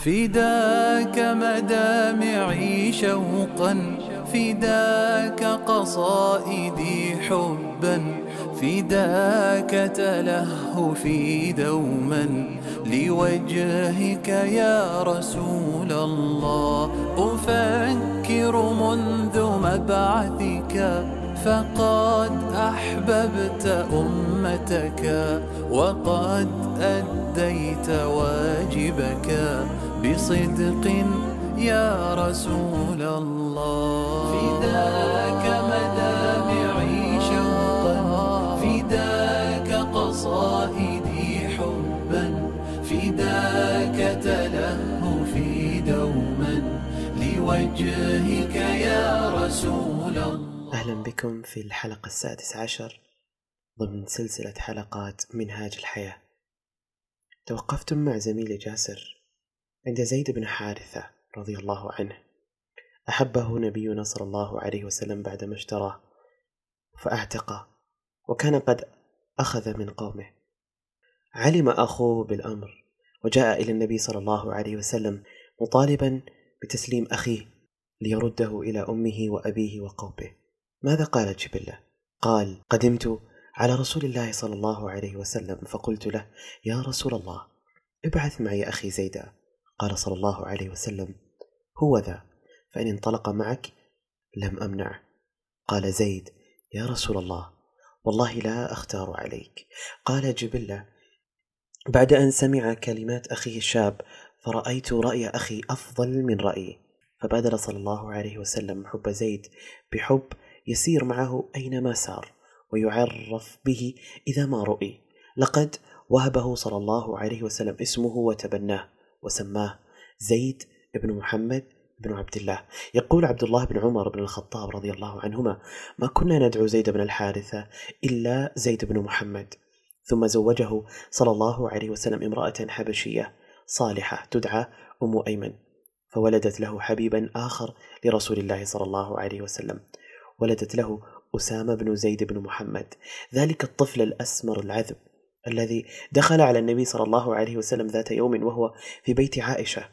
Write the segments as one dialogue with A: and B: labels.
A: فداك مدامعي شوقا، فداك قصائدي حبا، فداك تلهفي دوما لوجهك يا رسول الله. أفكر منذ مبعثك فقد أحببت أمتك، وقد أديت واجبك بصدق يا رسول الله. فداك مدامعي شوقا، فداك قصائدي حبا، فداك تلهفي دوما لوجهك يا رسول الله.
B: أهلا بكم في الحلقة 16 ضمن سلسلة حلقات منهاج الحياة. توقفتم مع زميلي جاسر عند زيد بن حارثة رضي الله عنه، أحبه نبينا صلى الله عليه وسلم بعدما اشتراه فأعتقه، وكان قد أخذ من قومه. علم أخوه بالأمر وجاء إلى النبي صلى الله عليه وسلم مطالبا بتسليم أخيه ليرده إلى أمه وأبيه وقومه. ماذا قال جبلة؟ قال: قدمت على رسول الله صلى الله عليه وسلم فقلت له: يا رسول الله، ابعث معي أخي زيدا. قال صلى الله عليه وسلم: هو ذا، فإن انطلق معك لم أمنع. قال زيد: يا رسول الله، والله لا أختار عليك. قال جبلة بعد أن سمع كلمات أخيه الشاب: فرأيت رأي أخي أفضل من رأيي، فبادر صلى الله عليه وسلم حب زيد بحب يسير معه أينما سار ويعرف به إذا ما رؤي. لقد وهبه صلى الله عليه وسلم اسمه وتبناه وسماه زيد بن محمد بن عبد الله. يقول عبد الله بن عمر بن الخطاب رضي الله عنهما: ما كنا ندعو زيد بن الحارثة إلا زيد بن محمد. ثم زوجه صلى الله عليه وسلم امرأة حبشية صالحة تدعى أم أيمن، فولدت له حبيبا آخر لرسول الله صلى الله عليه وسلم، ولدت له أسامة بن زيد بن محمد، ذلك الطفل الأسمر العذب الذي دخل على النبي صلى الله عليه وسلم ذات يوم وهو في بيت عائشة،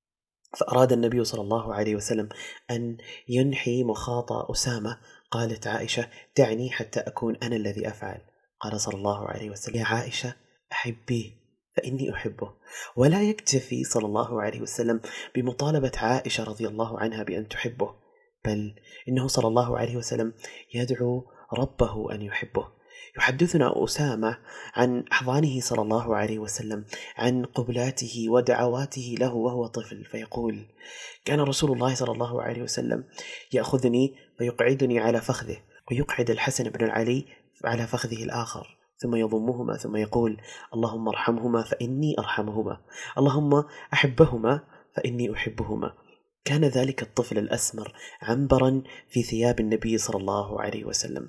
B: فأراد النبي صلى الله عليه وسلم أن ينحي مخاط أسامة. قالت عائشة: دعني حتى أكون أنا الذي أفعل. قال صلى الله عليه وسلم: يا عائشة، أحبيه فإني أحبه. ولا يكتفي صلى الله عليه وسلم بمطالبة عائشة رضي الله عنها بأن تحبه، بل إنه صلى الله عليه وسلم يدعو ربه أن يحبه. يحدثنا أسامة عن أحضانه صلى الله عليه وسلم، عن قبلاته ودعواته له وهو طفل، فيقول: كان رسول الله صلى الله عليه وسلم يأخذني فيقعدني على فخذه، ويقعد الحسن بن العلي على فخذه الآخر، ثم يضمهما ثم يقول: اللهم ارحمهما فإني أرحمهما، اللهم أحبهما فإني أحبهما. كان ذلك الطفل الأسمر عنبرا في ثياب النبي صلى الله عليه وسلم.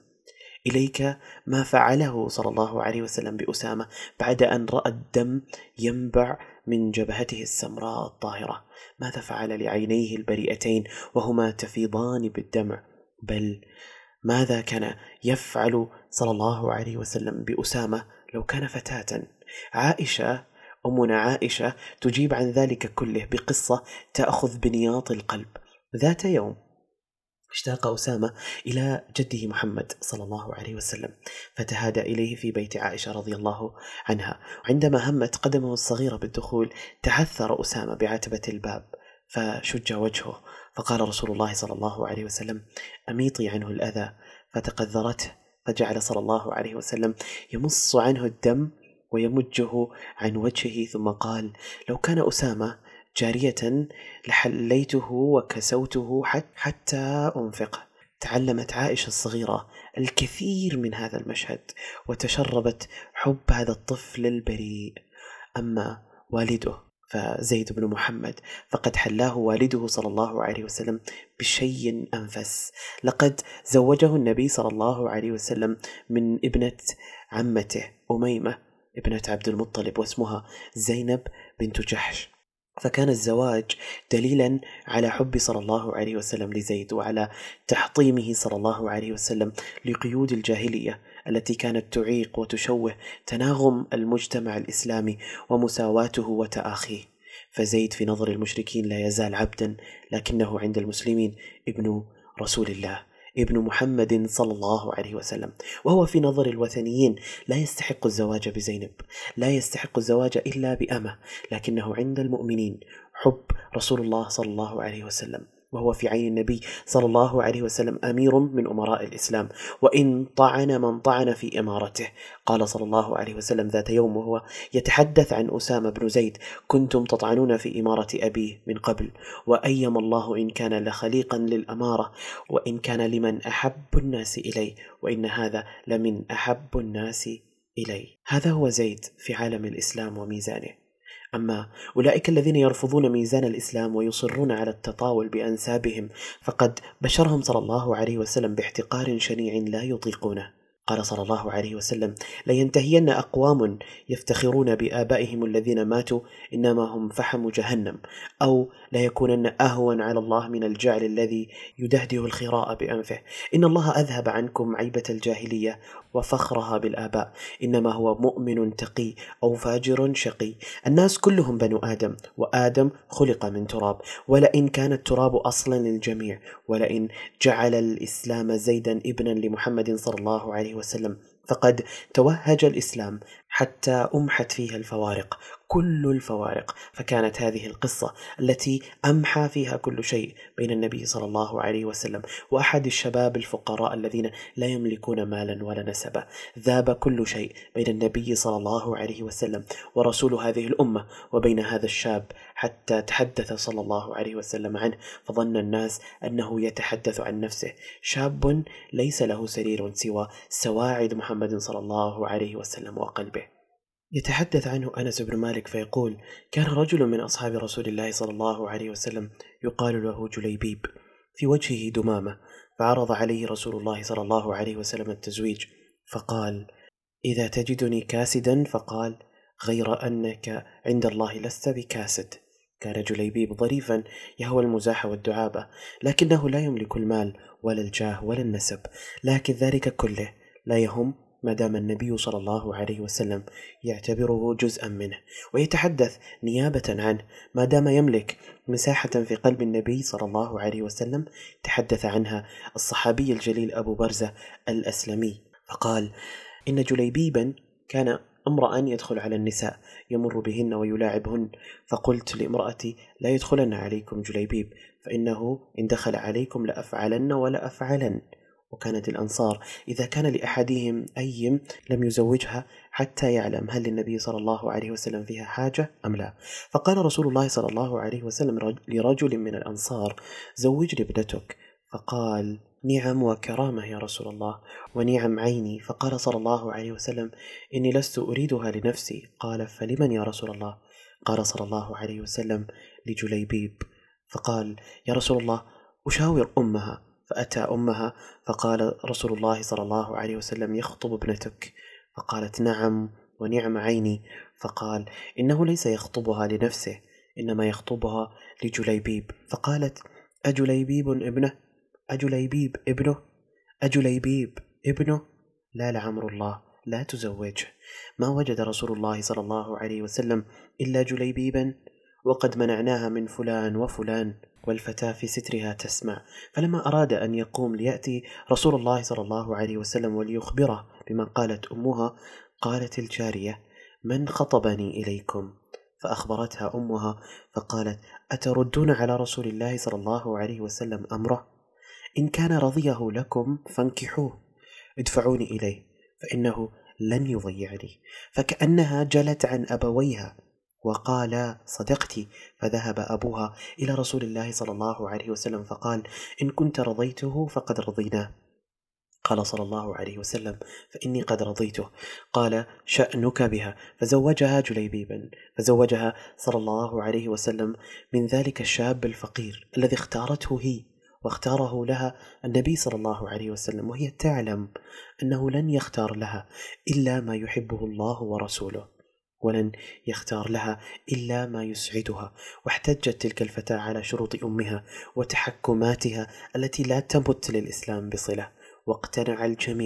B: إليك ما فعله صلى الله عليه وسلم بأسامة بعد أن رأى الدم ينبع من جبهته السمراء الطاهرة. ماذا فعل لعينيه البريئتين وهما تفيضان بالدمع؟ بل ماذا كان يفعل صلى الله عليه وسلم بأسامة لو كان فتاة؟ عائشة، أمنا عائشة، تجيب عن ذلك كله بقصة تأخذ بنياط القلب. ذات يوم اشتاق أسامة إلى جده محمد صلى الله عليه وسلم، فتهادى إليه في بيت عائشة رضي الله عنها. عندما همت قدمه الصغيرة بالدخول تعثر أسامة بعتبة الباب فشج وجهه، فقال رسول الله صلى الله عليه وسلم: أميطي عنه الأذى. فتقذرته، فجعل صلى الله عليه وسلم يمص عنه الدم ويمجه عن وجهه، ثم قال: لو كان أسامة جارية لحليته وكسوته حتى أنفقه. تعلمت عائشة الصغيرة الكثير من هذا المشهد وتشربت حب هذا الطفل البريء. أما والده فزيد بن محمد فقد حلاه والده صلى الله عليه وسلم بشيء أنفس. لقد زوجه النبي صلى الله عليه وسلم من ابنة عمته أميمة ابنة عبد المطلب، واسمها زينب بنت جحش. فكان الزواج دليلا على حب صلى الله عليه وسلم لزيد، وعلى تحطيمه صلى الله عليه وسلم لقيود الجاهلية التي كانت تعيق وتشوه تناغم المجتمع الإسلامي ومساواته وتآخيه. فزيد في نظر المشركين لا يزال عبدا، لكنه عند المسلمين ابن رسول الله، ابن محمد صلى الله عليه وسلم. وهو في نظر الوثنيين لا يستحق الزواج بزينب، لا يستحق الزواج إلا بأمة، لكنه عند المؤمنين حب رسول الله صلى الله عليه وسلم. وهو في عين النبي صلى الله عليه وسلم أمير من أمراء الإسلام، وإن طعن من طعن في إمارته. قال صلى الله عليه وسلم ذات يوم وهو يتحدث عن أسامة بن زيد: كنتم تطعنون في إمارة أبيه من قبل، وأيم الله إن كان لخليقا للأمارة، وإن كان لمن أحب الناس إليه، وإن هذا لمن أحب الناس إليه. هذا هو زيد في عالم الإسلام وميزانه. أما أولئك الذين يرفضون ميزان الإسلام ويصرون على التطاول بأنسابهم، فقد بشرهم صلى الله عليه وسلم باحتقار شنيع لا يطيقونه. قال صلى الله عليه وسلم: لينتهين أقوام يفتخرون بآبائهم الذين ماتوا إنما هم فحم جهنم، أو ليكونن أهون على الله من الجعل الذي يدهده الخراء بأنفه. إن الله أذهب عنكم عيبة الجاهلية وفخرها بالآباء، إنما هو مؤمن تقي أو فاجر شقي. الناس كلهم بنو آدم، وآدم خلق من تراب، ولئن كان التراب أصلا للجميع، ولئن جعل الإسلام زيدا ابنا لمحمد صلى الله عليه وسلم فقد توهج الإسلام حتى أمحت فيها الفوارق، كل الفوارق. فكانت هذه القصة التي أمحى فيها كل شيء بين النبي صلى الله عليه وسلم وأحد الشباب الفقراء الذين لا يملكون مالا ولا نسبا. ذاب كل شيء بين النبي صلى الله عليه وسلم ورسول هذه الأمة وبين هذا الشاب، حتى تحدث صلى الله عليه وسلم عنه فظن الناس أنه يتحدث عن نفسه. شاب ليس له سرير سوى سواعد محمد صلى الله عليه وسلم وقلبه. يتحدث عنه أنس بن مالك فيقول: كان رجل من أصحاب رسول الله صلى الله عليه وسلم يقال له جليبيب، في وجهه دمامة، فعرض عليه رسول الله صلى الله عليه وسلم التزويج، فقال: إذا تجدني كاسدا، فقال: غير أنك عند الله لست بكاسد. كان جليبيب ظريفا يهوى المزاح والدعابة، لكنه لا يملك المال ولا الجاه ولا النسب، لكن ذلك كله لا يهم ما دام النبي صلى الله عليه وسلم يعتبره جزءا منه ويتحدث نيابة عنه. ما دام يملك مساحة في قلب النبي صلى الله عليه وسلم تحدث عنها الصحابي الجليل أبو برزة الأسلمي، فقال: إن جليبيبا كان امرأ يدخل على النساء يمر بهن ويلاعبهن، فقلت لامرأتي: لا يدخلن عليكم جليبيب، فإنه إن دخل عليكم لأفعلن ولا أفعلن. وكانت الأنصار إذا كان لأحدهم أيم لم يزوجها حتى يعلم هل للنبي صلى الله عليه وسلم فيها حاجة أم لا. فقال رسول الله صلى الله عليه وسلم لرجل من الأنصار: زوجني ابنتك. فقال: نعم وكرامة يا رسول الله، ونعم عيني. فقال صلى الله عليه وسلم: إني لست أريدها لنفسي. قال: فلمن يا رسول الله؟ قال صلى الله عليه وسلم: لجليبيب. فقال: يا رسول الله أشاور أمها. فأتى أمها فقال رسول الله صلى الله عليه وسلم: يخطب ابنتك. فقالت: نعم ونعم عيني. فقال: إنه ليس يخطبها لنفسه، إنما يخطبها لجليبيب. فقالت: أجليبيب ابنه؟ أجليبيب ابنه؟ أجليبيب ابنه؟ لا لعمر الله لا تزوجه. ما وجد رسول الله صلى الله عليه وسلم إلا جليبيبا، وقد منعناها من فلان وفلان، والفتاة في سترها تسمع. فلما أراد أن يقوم ليأتي رسول الله صلى الله عليه وسلم وليخبره بما قالت أمها، قالت الجارية: من خطبني إليكم؟ فأخبرتها أمها فقالت: أتردون على رسول الله صلى الله عليه وسلم أمره؟ إن كان رضيه لكم فانكحوه، ادفعوني إليه فإنه لن يضيعني. فكأنها جلت عن أبويها وقال: صدقتي. فذهب أبوها إلى رسول الله صلى الله عليه وسلم فقال: إن كنت رضيته فقد رضيناه. قال صلى الله عليه وسلم: فإني قد رضيته. قال: شأنك بها. فزوجها جليبيبا، فزوجها صلى الله عليه وسلم من ذلك الشاب الفقير الذي اختارته هي واختاره لها النبي صلى الله عليه وسلم، وهي تعلم أنه لن يختار لها إلا ما يحبه الله ورسوله، ولن يختار لها إلا ما يسعدها. واحتجت تلك الفتاة على شروط أمها وتحكماتها التي لا تمت للإسلام بصلة، واقتنع الجميع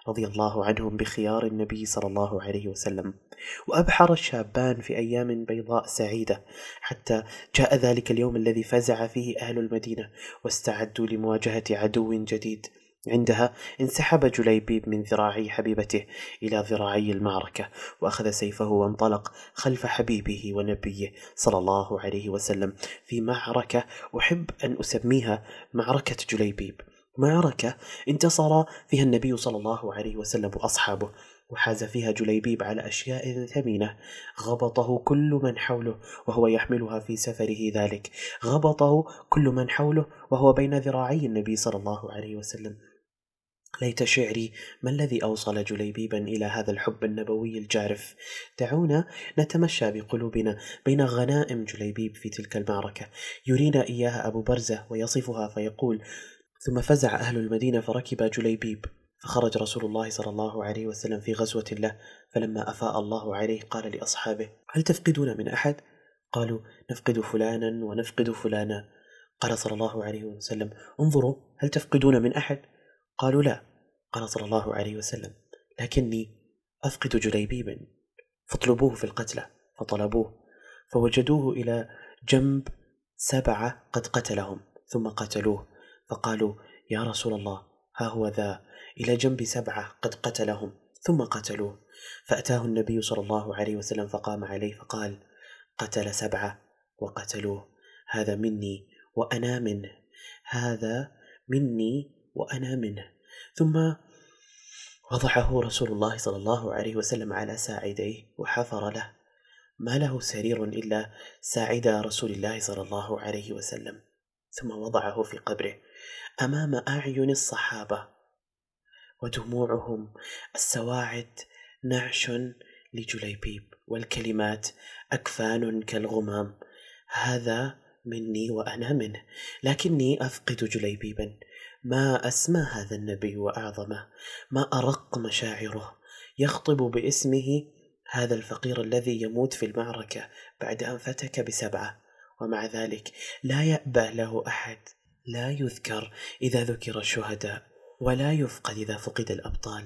B: رضي الله عنهم بخيار النبي صلى الله عليه وسلم. وأبحر الشابان في أيام بيضاء سعيدة، حتى جاء ذلك اليوم الذي فزع فيه أهل المدينة واستعدوا لمواجهة عدو جديد. عندها انسحب جليبيب من ذراعي حبيبته إلى ذراعي المعركة، وأخذ سيفه وانطلق خلف حبيبه ونبيه صلى الله عليه وسلم في معركة أحب أن أسميها معركة جليبيب، معركة انتصر فيها النبي صلى الله عليه وسلم وأصحابه، وحاز فيها جليبيب على أشياء ثمينة غبطه كل من حوله وهو يحملها في سفره ذلك، غبطه كل من حوله وهو بين ذراعي النبي صلى الله عليه وسلم. ليت شعري ما الذي أوصل جليبيبا إلى هذا الحب النبوي الجارف. دعونا نتمشى بقلوبنا بين غنائم جليبيب في تلك المعركة، يرينا إياها أبو برزة ويصفها فيقول: ثم فزع أهل المدينة فركب جليبيب، فخرج رسول الله صلى الله عليه وسلم في غزوة له، فلما أفاء الله عليه قال لأصحابه: هل تفقدون من أحد؟ قالوا: نفقد فلانا ونفقد فلانا. قال صلى الله عليه وسلم: انظروا هل تفقدون من أحد؟ قالوا: لا. قال صلى الله عليه وسلم: لكني أفقد جليبيبا، فاطلبوه في القتلى. فطلبوه فوجدوه إلى جنب 7 قد قتلهم، ثم قتلوه، فقالوا: يا رسول الله، ها هو ذا إلى جنب 7 قد قتلهم ثم قتلوه. فأتاه النبي صلى الله عليه وسلم فقام عليه فقال: قتل 7 وقتلوه، هذا مني وأنا منه، هذا مني وأنا منه. ثم وضعه رسول الله صلى الله عليه وسلم على ساعديه وحفر له، ما له سرير إلا ساعد رسول الله صلى الله عليه وسلم، ثم وضعه في قبره أمام أعين الصحابة، ودموعهم السواعد نعش لجليبيب، والكلمات أكفان كالغمام: هذا مني وأنا منه، لكني أفقد جليبيبا. ما أسمى هذا النبي وأعظمه، ما أرق مشاعره، يخطب باسمه هذا الفقير الذي يموت في المعركة بعد أن فتك ب7، ومع ذلك لا يأبه له أحد، لا يذكر إذا ذكر الشهداء، ولا يفقد إذا فقد الأبطال،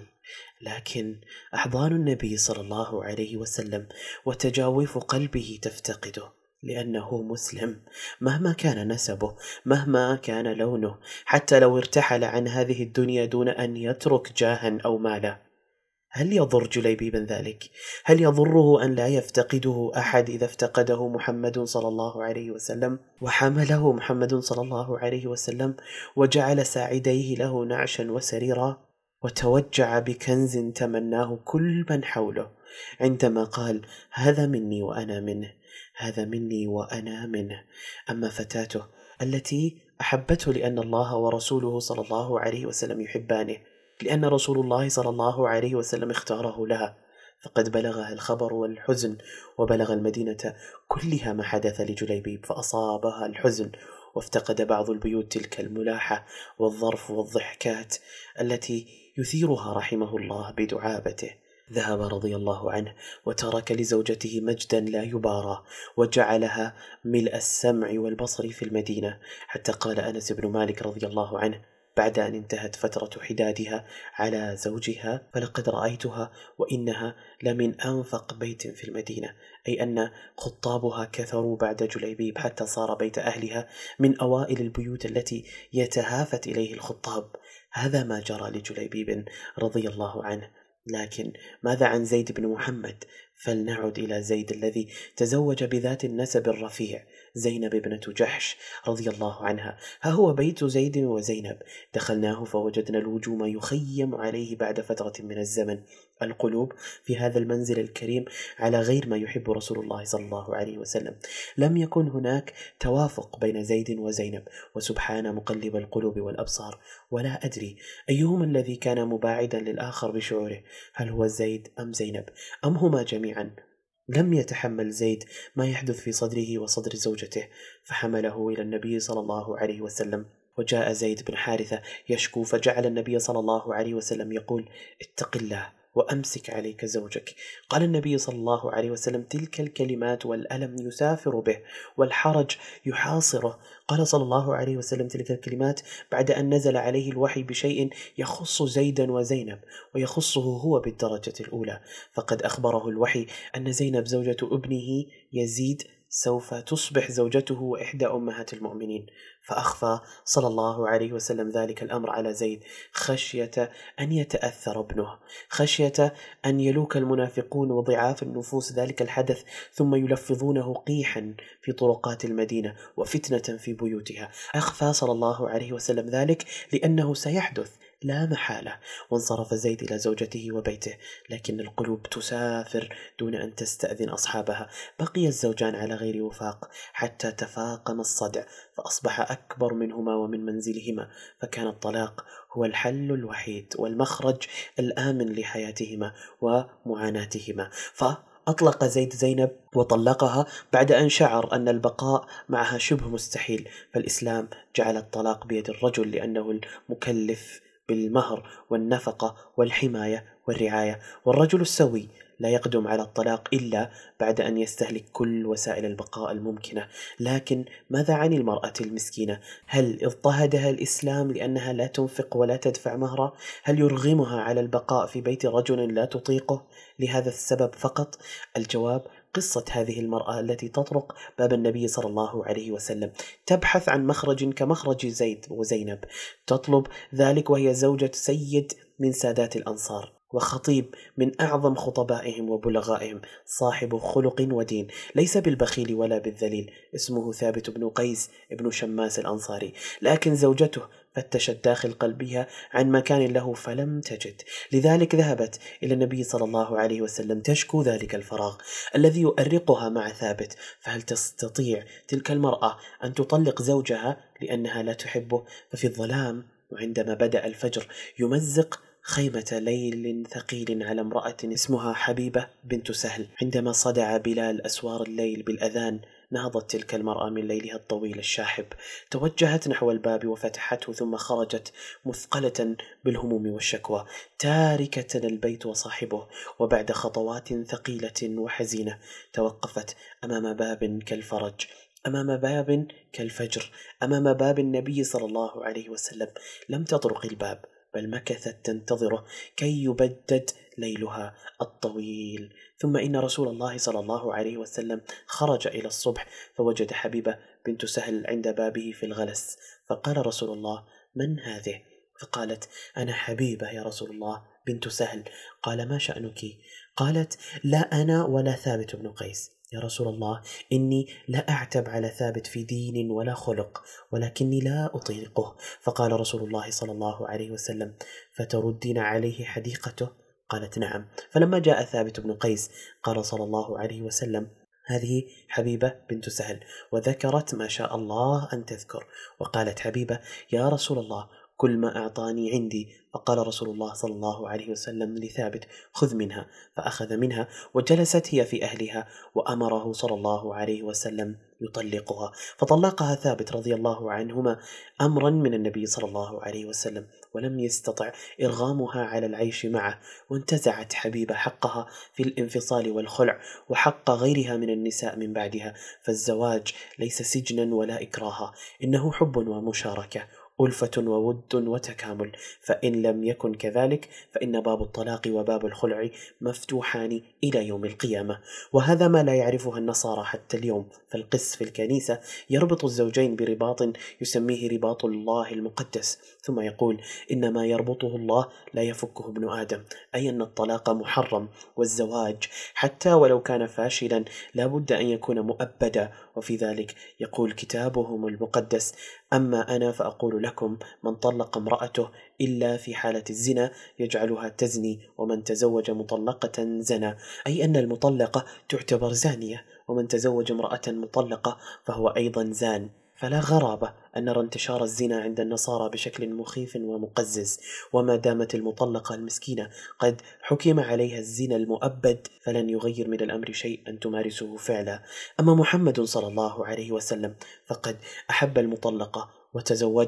B: لكن أحضان النبي صلى الله عليه وسلم وتجاوف قلبه تفتقده، لأنه مسلم مهما كان نسبه، مهما كان لونه، حتى لو ارتحل عن هذه الدنيا دون أن يترك جاها أو مالا. هل يضر جليبيبا ذلك؟ هل يضره أن لا يفتقده أحد إذا افتقده محمد صلى الله عليه وسلم، وحمله محمد صلى الله عليه وسلم وجعل ساعديه له نعشا وسريرا، وتوجع بكنز تمناه كل من حوله عندما قال: هذا مني وأنا منه، هذا مني وأنا منه. أما فتاته التي أحبته لأن الله ورسوله صلى الله عليه وسلم يحبانه، لأن رسول الله صلى الله عليه وسلم اختاره لها، فقد بلغها الخبر والحزن، وبلغ المدينة كلها ما حدث لجليبيب، فأصابها الحزن، وافتقد بعض البيوت تلك الملاحة والظرف والضحكات التي يثيرها رحمه الله بدعابته. ذهب رضي الله عنه وترك لزوجته مجدا لا يبارى، وجعلها ملء السمع والبصر في المدينة، حتى قال أنس بن مالك رضي الله عنه بعد أن انتهت فترة حدادها على زوجها: فلقد رأيتها وإنها لمن أنفق بيت في المدينة، أي أن خطابها كثروا بعد جليبيب حتى صار بيت أهلها من أوائل البيوت التي يتهافت إليه الخطاب. هذا ما جرى لجليبيب رضي الله عنه. لكن ماذا عن زيد بن محمد؟ فلنعد إلى زيد الذي تزوج بذات النسب الرفيع، زينب ابنة جحش رضي الله عنها. ها هو بيت زيد وزينب، دخلناه فوجدنا الوجوم يخيم عليه بعد فترة من الزمن، القلوب في هذا المنزل الكريم على غير ما يحب رسول الله صلى الله عليه وسلم. لم يكن هناك توافق بين زيد وزينب، وسبحان مقلب القلوب والأبصار، ولا أدري أيهما الذي كان مباعدا للآخر بشعوره، هل هو زيد أم زينب أم هما جميعا؟ لم يتحمل زيد ما يحدث في صدره وصدر زوجته، فحمله إلى النبي صلى الله عليه وسلم. وجاء زيد بن حارثة يشكو، فجعل النبي صلى الله عليه وسلم يقول: اتق الله وأمسك عليك زوجك. قال النبي صلى الله عليه وسلم: تلك الكلمات والألم يسافر به والحرج يحاصره. قال صلى الله عليه وسلم تلك الكلمات بعد أن نزل عليه الوحي بشيء يخص زيدا وزينب ويخصه هو بالدرجة الأولى، فقد أخبره الوحي أن زينب زوجة ابنه يزيد سوف تصبح زوجته وإحدى أمهات المؤمنين، فأخفى صلى الله عليه وسلم ذلك الأمر على زيد خشية أن يتأثر ابنه، خشية أن يلوك المنافقون وضعاف النفوس ذلك الحدث ثم يلفظونه قيحا في طرقات المدينة وفتنة في بيوتها. أخفى صلى الله عليه وسلم ذلك لأنه سيحدث لا محالة. وانصرف زيد إلى زوجته وبيته، لكن القلوب تسافر دون أن تستأذن أصحابها. بقي الزوجان على غير وفاق حتى تفاقم الصدع، فأصبح أكبر منهما ومن منزلهما، فكان الطلاق هو الحل الوحيد والمخرج الآمن لحياتهما ومعاناتهما. أطلق زيد زينب وطلقها بعد أن شعر أن البقاء معها شبه مستحيل، فالإسلام جعل الطلاق بيد الرجل لأنه المكلف بالمهر والنفقة والحماية والرعاية، والرجل السوي لا يقدم على الطلاق إلا بعد أن يستهلك كل وسائل البقاء الممكنة. لكن ماذا عن المرأة المسكينة؟ هل اضطهدها الإسلام لأنها لا تنفق ولا تدفع مهرا؟ هل يرغمها على البقاء في بيت رجل لا تطيقه لهذا السبب فقط؟ الجواب قصة هذه المرأة التي تطرق باب النبي صلى الله عليه وسلم، تبحث عن مخرج كمخرج زيد وزينب، تطلب ذلك وهي زوجة سيد من سادات الأنصار وخطيب من أعظم خطبائهم وبلغائهم، صاحب خلق ودين، ليس بالبخيل ولا بالذليل، اسمه ثابت بن قيس بن شماس الأنصاري. لكن زوجته فتشت داخل قلبها عن مكان له فلم تجد، لذلك ذهبت إلى النبي صلى الله عليه وسلم تشكو ذلك الفراغ الذي يؤرقها مع ثابت. فهل تستطيع تلك المرأة أن تطلق زوجها لأنها لا تحبه؟ ففي الظلام وعندما بدأ الفجر يمزق خيمة ليل ثقيل على امرأة اسمها حبيبة بنت سهل، عندما صدع بلال أسوار الليل بالأذان نهضت تلك المرأة من ليلها الطويل الشاحب، توجهت نحو الباب وفتحته، ثم خرجت مثقلة بالهموم والشكوى تاركة البيت وصاحبه. وبعد خطوات ثقيلة وحزينة توقفت أمام باب كالفرج، أمام باب كالفجر، أمام باب النبي صلى الله عليه وسلم. لم تطرق الباب بل مكثت تنتظره كي يبدد ليلها الطويل. ثم إن رسول الله صلى الله عليه وسلم خرج إلى الصبح فوجد حبيبة بنت سهل عند بابه في الغلس، فقال رسول الله: من هذه؟ فقالت: أنا حبيبة يا رسول الله بنت سهل. قال: ما شأنك؟ قالت: لا أنا ولا ثابت بن قيس يا رسول الله، إني لا أعتب على ثابت في دين ولا خلق، ولكني لا أطيقه. فقال رسول الله صلى الله عليه وسلم: فتردين عليه حديقته؟ قالت: نعم. فلما جاء ثابت بن قيس قال صلى الله عليه وسلم: هذه حبيبة بنت سهل، وذكرت ما شاء الله أن تذكر. وقالت حبيبة: يا رسول الله، كل ما أعطاني عندي. فقال رسول الله صلى الله عليه وسلم لثابت: خذ منها. فأخذ منها وجلست هي في أهلها، وأمره صلى الله عليه وسلم يطلقها. فطلقها ثابت رضي الله عنهما أمرا من النبي صلى الله عليه وسلم، ولم يستطع إرغامها على العيش معه، وانتزعت حبيبة حقها في الانفصال والخلع وحق غيرها من النساء من بعدها. فالزواج ليس سجنا ولا إكراها، إنه حب ومشاركة، ألفة وود وتكامل. فإن لم يكن كذلك فإن باب الطلاق وباب الخلع مفتوحان إلى يوم القيامة، وهذا ما لا يعرفها النصارى حتى اليوم. فالقس في الكنيسة يربط الزوجين برباط يسميه رباط الله المقدس، ثم يقول: إنما يربطه الله لا يفكه ابن آدم، أي أن الطلاق محرم، والزواج حتى ولو كان فاشلا لا بد أن يكون مؤبدا. وفي ذلك يقول كتابهم المقدس: أما أنا فأقول لكم، من طلق امرأته إلا في حالة الزنا يجعلها تزني، ومن تزوج مطلقة زنى، أي أن المطلقة تعتبر زانية، ومن تزوج امرأة مطلقة فهو أيضا زان. فلا غرابة أن نرى انتشار الزنا عند النصارى بشكل مخيف ومقزز، وما دامت المطلقة المسكينة قد حكم عليها الزنا المؤبد فلن يغير من الأمر شيء أن تمارسه فعلا. أما محمد صلى الله عليه وسلم فقد أحب المطلقة وتزوجها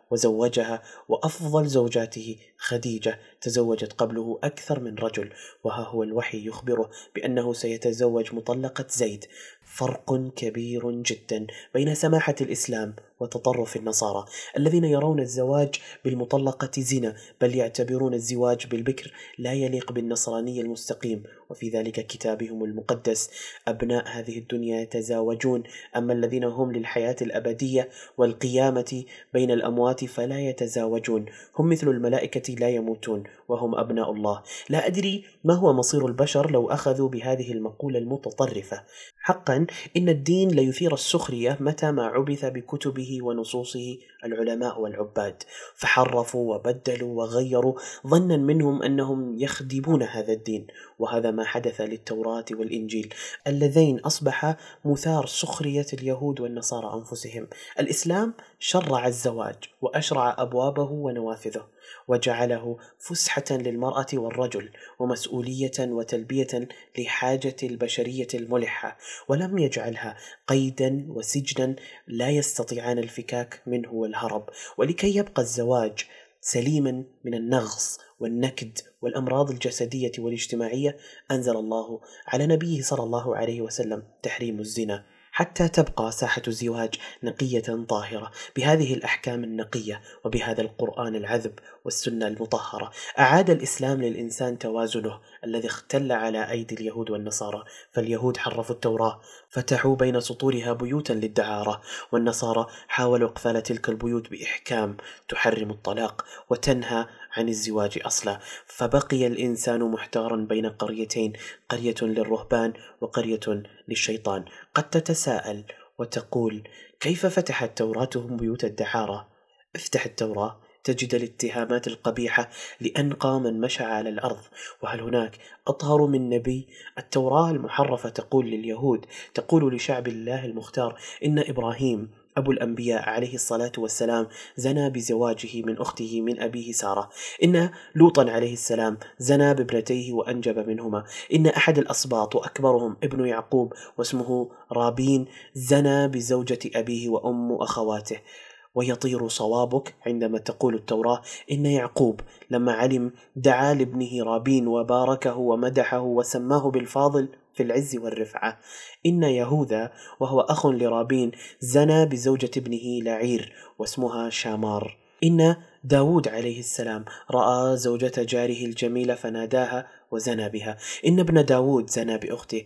B: وزوجها، وأفضل زوجاته خديجة تزوجت قبله أكثر من رجل، وها هو الوحي يخبره بأنه سيتزوج مطلقة زيد. فرق كبير جدا بين سماحة الإسلام وتطرف النصارى الذين يرون الزواج بالمطلقة زنا، بل يعتبرون الزواج بالبكر لا يليق بالنصراني المستقيم، وفي ذلك كتابهم المقدس: أبناء هذه الدنيا يتزاوجون، أما الذين هم للحياة الأبدية والقيامة بين الأموات فلا يتزاوجون، هم مثل الملائكة لا يموتون وهم أبناء الله. لا أدري ما هو مصير البشر لو أخذوا بهذه المقولة المتطرفة. حقا إن الدين ليثير السخرية متى ما عبث بكتبه ونصوصه العلماء والعباد، فحرفوا وبدلوا وغيروا ظنا منهم أنهم يخدمون هذا الدين. وهذا ما حدث للتوراة والإنجيل اللذين أصبحا مثار سخرية اليهود والنصارى أنفسهم. الإسلام شرع الزواج وأشرع أبوابه ونوافذه، وجعله فسحة للمرأة والرجل، ومسؤولية وتلبية لحاجة البشرية الملحة، ولم يجعلها قيدا وسجنا لا يستطيعان الفكاك منه والهرب. ولكي يبقى الزواج سليما من النغص والنكد والأمراض الجسدية والاجتماعية، أنزل الله على نبيه صلى الله عليه وسلم تحريم الزنا، حتى تبقى ساحة الزواج نقية طاهرة بهذه الأحكام النقية وبهذا القرآن العذب والسنة المطهرة. أعاد الإسلام للإنسان توازنه الذي اختل على أيدي اليهود والنصارى، فاليهود حرفوا التوراة فتحوا بين سطورها بيوتا للدعارة، والنصارى حاولوا إقفال تلك البيوت بإحكام تحرم الطلاق وتنهى عن الزواج أصلا، فبقي الإنسان محتارا بين قريتين: قرية للرهبان وقرية للشيطان. قد تتساءل وتقول: كيف فتحت توراتهم بيوت الدعارة؟ افتح التوراة تجد الاتهامات القبيحة لأنقى من مشى على الأرض، وهل هناك أطهر من نبي؟ التوراة المحرفة تقول لليهود، تقول لشعب الله المختار: إن إبراهيم أبو الأنبياء عليه الصلاة والسلام زنى بزواجه من أخته من أبيه سارة، إن لوطا عليه السلام زنى بابنتيه وأنجب منهما، إن أحد الأسباط وأكبرهم ابن يعقوب واسمه رابين زنى بزوجة أبيه وأم أخواته. ويطير صوابك عندما تقول التوراة إن يعقوب لما علم دعا لابنه رابين وباركه ومدحه وسماه بالفاضل في العز والرفعة. إن يهوذا وهو أخ لرابين زنى بزوجة ابنه لعير واسمها شامار. إن داود عليه السلام رأى زوجة جاره الجميلة فناداها وزنى بها. إن ابن داود زنى بأخته،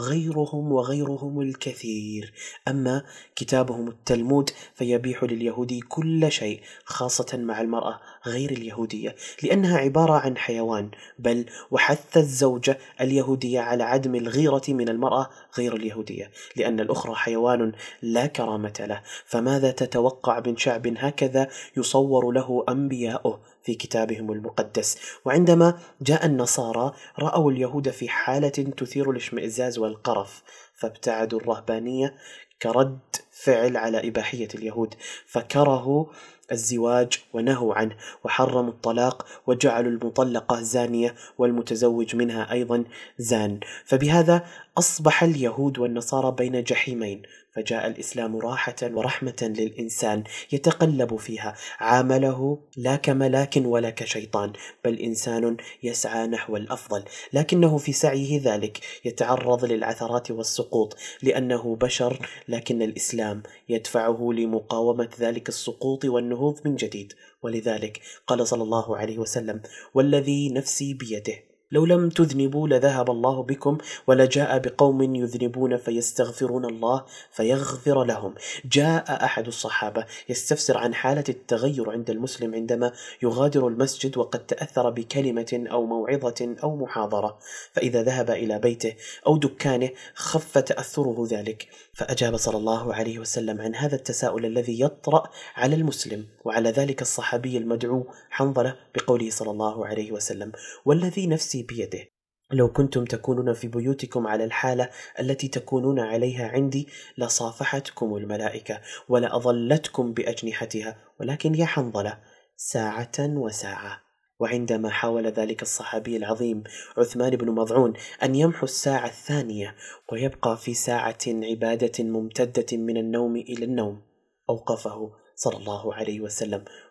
B: وغيرهم الكثير. أما كتابهم التلمود فيبيح لليهودي كل شيء، خاصة مع المرأة غير اليهودية، لأنها عبارة عن حيوان، بل وحث الزوجة اليهودية على عدم الغيرة من المرأة غير اليهودية، لأن الأخرى حيوان لا كرامة له. فماذا تتوقع من شعب هكذا يصور له أنبياؤه في كتابهم المقدس؟ وعندما جاء النصارى رأوا اليهود في حالة تثير الاشمئزاز والقرف، فابتعدوا الرهبانية كرد فعل على إباحية اليهود، فكرهوا الزواج ونهوا عنه، وحرموا الطلاق، وجعلوا المطلقة زانية والمتزوج منها أيضا زان. فبهذا أصبح اليهود والنصارى بين جحيمين، فجاء الإسلام راحة ورحمة للإنسان يتقلب فيها، عامله لا كملاك ولا كشيطان، بل إنسان يسعى نحو الأفضل، لكنه في سعيه ذلك يتعرض للعثرات والسقوط لأنه بشر، لكن الإسلام يدفعه لمقاومة ذلك السقوط والنهوض من جديد. ولذلك قال صلى الله عليه وسلم: والذي نفسي بيده لو لم تذنبوا لذهب الله بكم ولجاء بقوم يذنبون فيستغفرون الله فيغفر لهم. جاء أحد الصحابة يستفسر عن حالة التغير عند المسلم عندما يغادر المسجد وقد تأثر بكلمة أو موعظة أو محاضرة، فإذا ذهب إلى بيته أو دكانه خف تأثره ذلك، فأجاب صلى الله عليه وسلم عن هذا التساؤل الذي يطرأ على المسلم وعلى ذلك الصحابي المدعو حنظلة بقوله صلى الله عليه وسلم: والذي نفسي بيده لو كنتم تكونون في بيوتكم على الحالة التي تكونون عليها عندي لصافحتكم الملائكة ولأظلتكم بأجنحتها، ولكن يا حنظلة ساعة وساعة. وعندما حاول ذلك الصحابي العظيم عثمان بن مظعون أن يمحو الساعة الثانية ويبقى في ساعة عبادة ممتدة من النوم إلى النوم، أوقفه صلى الله عليه وسلم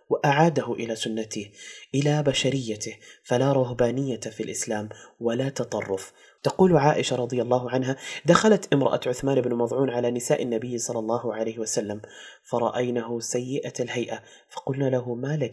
B: وأعاده إلى سنته، إلى بشريته، فلا رهبانية في الإسلام ولا تطرف. تقول عائشة رضي الله عنها: دخلت امرأة عثمان بن مظعون على نساء النبي صلى الله عليه وسلم فرأينه سيئة الهيئة، فقلنا له: ما لك؟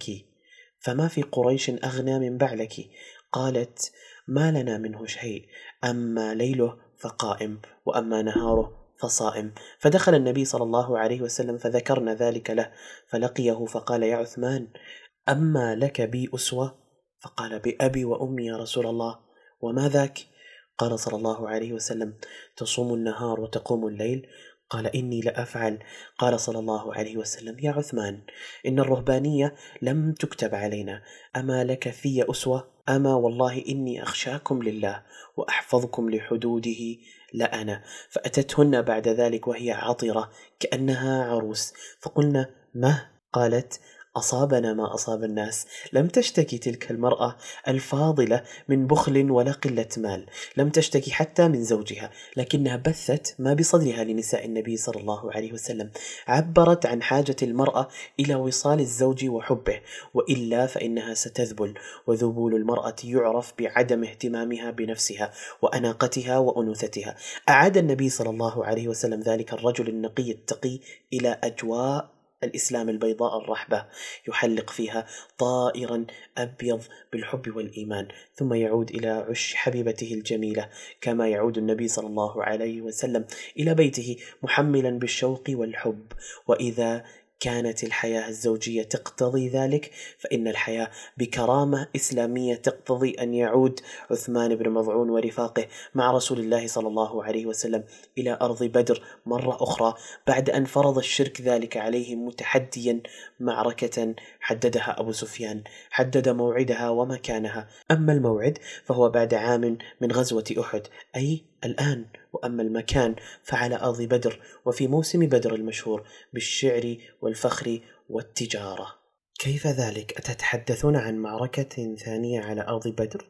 B: فما في قريش أغنى من بعلك. قالت: ما لنا منه شيء، أما ليله فقائم وأما نهاره فصائم. فدخل النبي صلى الله عليه وسلم فذكرنا ذلك له، فلقيه فقال: يا عثمان، أما لك بي أسوة؟ فقال: بأبي وأمي يا رسول الله. وما ذاك؟ قال صلى الله عليه وسلم: تصوم النهار وتقوم الليل. قال: إني لأفعل. قال صلى الله عليه وسلم: يا عثمان، إن الرهبانية لم تكتب علينا، أما لك في أسوة؟ أما والله إني أخشاكم لله وأحفظكم لحدوده لأنا. فأتتهن بعد ذلك وهي عطرة كأنها عروس، فقلنا: ما؟ قالت: أصابنا ما أصاب الناس. لم تشتكي تلك المرأة الفاضلة من بخل ولا قلة مال، لم تشتكي حتى من زوجها، لكنها بثت ما بصدرها لنساء النبي صلى الله عليه وسلم، عبرت عن حاجة المرأة إلى وصال الزوج وحبه، وإلا فإنها ستذبل، وذبول المرأة يعرف بعدم اهتمامها بنفسها وأناقتها وأنوثتها. أعاد النبي صلى الله عليه وسلم ذلك الرجل النقي التقي إلى أجواء الإسلام البيضاء الرحبة، يحلق فيها طائرا أبيض بالحب والإيمان، ثم يعود إلى عش حبيبته الجميلة، كما يعود النبي صلى الله عليه وسلم إلى بيته محملا بالشوق والحب. وإذا كانت الحياة الزوجية تقتضي ذلك، فإن الحياة بكرامة إسلامية تقتضي أن يعود عثمان بن مظعون ورفاقه مع رسول الله صلى الله عليه وسلم إلى أرض بدر مرة أخرى، بعد أن فرض الشرك ذلك عليهم متحديا معركة حددها أبو سفيان، حدد موعدها ومكانها. أما الموعد فهو بعد عام من غزوة أحد، أي الآن، وأما المكان فعلى أرض بدر، وفي موسم بدر المشهور بالشعر والفخر والتجارة. كيف ذلك؟ أتتحدثون عن معركة ثانية على أرض بدر؟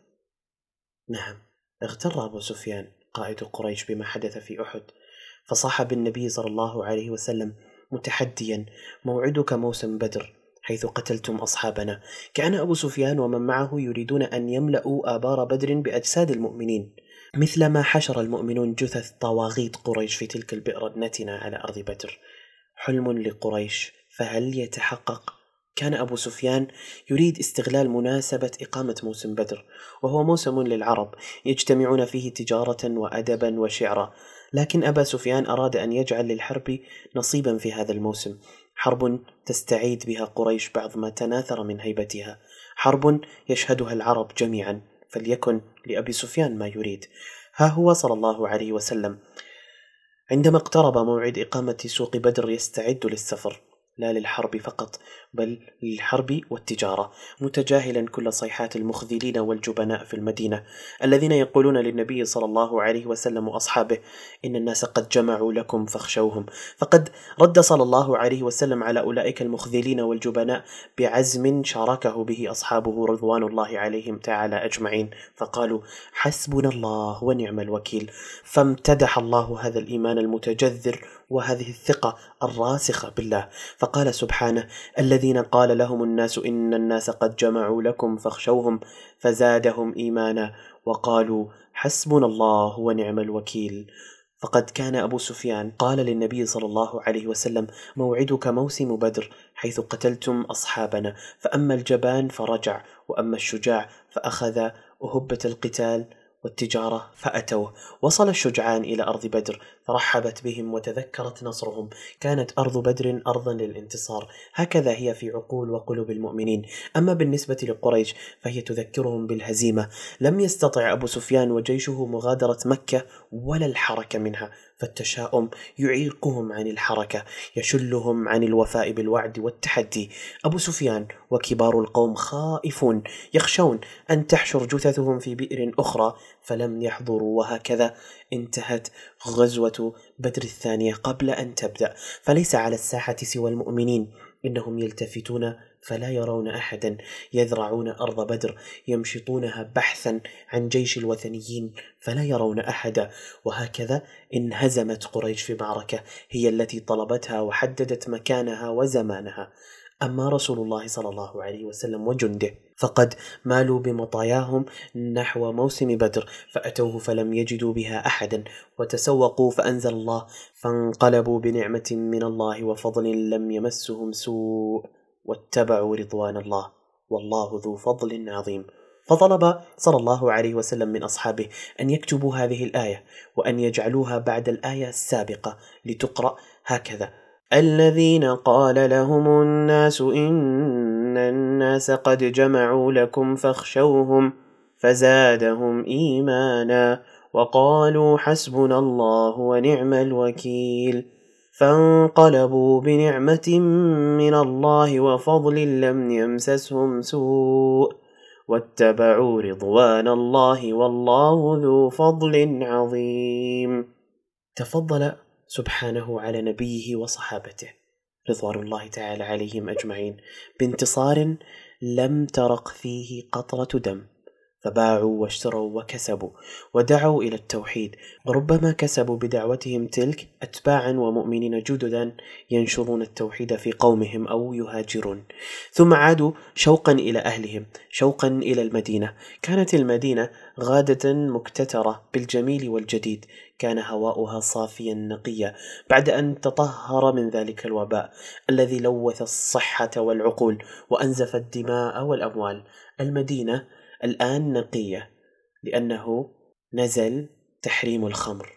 B: نعم، اغتر أبو سفيان قائد قريش بما حدث في أحد، فصاح بالنبي صلى الله عليه وسلم متحديا: موعدك موسم بدر حيث قتلتم أصحابنا. كان أبو سفيان ومن معه يريدون أن يملأوا آبار بدر بأجساد المؤمنين، مثلما حشر المؤمنون جثث طواغيت قريش في تلك البئر النتنة على أرض بدر. حلم لقريش، فهل يتحقق؟ كان أبو سفيان يريد استغلال مناسبة إقامة موسم بدر، وهو موسم للعرب يجتمعون فيه تجارة وأدبا وشعرا، لكن أبا سفيان أراد أن يجعل للحرب نصيبا في هذا الموسم، حرب تستعيد بها قريش بعض ما تناثر من هيبتها، حرب يشهدها العرب جميعا، فليكن لأبي سفيان ما يريد. ها هو صلى الله عليه وسلم عندما اقترب موعد إقامة سوق بدر يستعد للسفر، لا للحرب فقط بل للحرب والتجارة، متجاهلا كل صيحات المخذلين والجبناء في المدينة الذين يقولون للنبي صلى الله عليه وسلم وأصحابه: إن الناس قد جمعوا لكم فاخشوهم. فقد رد صلى الله عليه وسلم على أولئك المخذلين والجبناء بعزم شاركه به أصحابه رضوان الله عليهم تعالى أجمعين، فقالوا: حسبنا الله ونعم الوكيل. فامتدح الله هذا الإيمان المتجذر وهذه الثقة الراسخة بالله، فقال سبحانه: الذين قال لهم الناس إن الناس قد جمعوا لكم فاخشوهم فزادهم إيمانا وقالوا حسبنا الله ونعم الوكيل. فقد كان أبو سفيان قال للنبي صلى الله عليه وسلم: موعدك موسم بدر حيث قتلتم أصحابنا، فأما الجبان فرجع، وأما الشجاع فأخذ أهبة القتال والتجارة فأتوه. وصل الشجعان إلى أرض بدر فرحبت بهم وتذكرت نصرهم، كانت أرض بدر أرضا للانتصار، هكذا هي في عقول وقلوب المؤمنين. أما بالنسبة لقريش فهي تذكرهم بالهزيمة، لم يستطع أبو سفيان وجيشه مغادرة مكة ولا الحركة منها، فالتشاؤم يعيقهم عن الحركة، يشلهم عن الوفاء بالوعد والتحدي. أبو سفيان وكبار القوم خائفون، يخشون أن تحشر جثثهم في بئر أخرى فلم يحضروا، وهكذا انتهت غزوة بدر الثانية قبل أن تبدأ، فليس على الساحة سوى المؤمنين، إنهم يلتفتون فلا يرون أحدا، يذرعون أرض بدر يمشطونها بحثا عن جيش الوثنيين فلا يرون أحدا. وهكذا انهزمت قريش في معركة هي التي طلبتها وحددت مكانها وزمانها. أما رسول الله صلى الله عليه وسلم وجنده فقد مالوا بمطاياهم نحو موسم بدر فأتوه فلم يجدوا بها أحدا وتسوقوا فأنزل الله فانقلبوا بنعمة من الله وفضل لم يمسهم سوء واتبعوا رضوان الله والله ذو فضل عظيم. فطلب صلى الله عليه وسلم من أصحابه أن يكتبوا هذه الآية وأن يجعلوها بعد الآية السابقة لتقرأ هكذا: الذين قال لهم الناس إن الناس قد جمعوا لكم فاخشوهم فزادهم إيمانا وقالوا حسبنا الله ونعم الوكيل فانقلبوا بنعمة من الله وفضل لم يمسسهم سوء واتبعوا رضوان الله والله ذو فضل عظيم. تفضل سبحانه على نبيه وصحابته رضوان الله تعالى عليهم أجمعين بانتصار لم ترق فيه قطرة دم، فباعوا واشتروا وكسبوا ودعوا إلى التوحيد، وربما كسبوا بدعوتهم تلك أتباعا ومؤمنين جددا ينشرون التوحيد في قومهم أو يهاجرون، ثم عادوا شوقا إلى أهلهم، شوقا إلى المدينة. كانت المدينة غادة مكتترة بالجميل والجديد، كان هواؤها صافيا نقيا بعد أن تطهر من ذلك الوباء الذي لوث الصحة والعقول وأنزف الدماء والأموال. المدينة الآن نقية لأنه نزل تحريم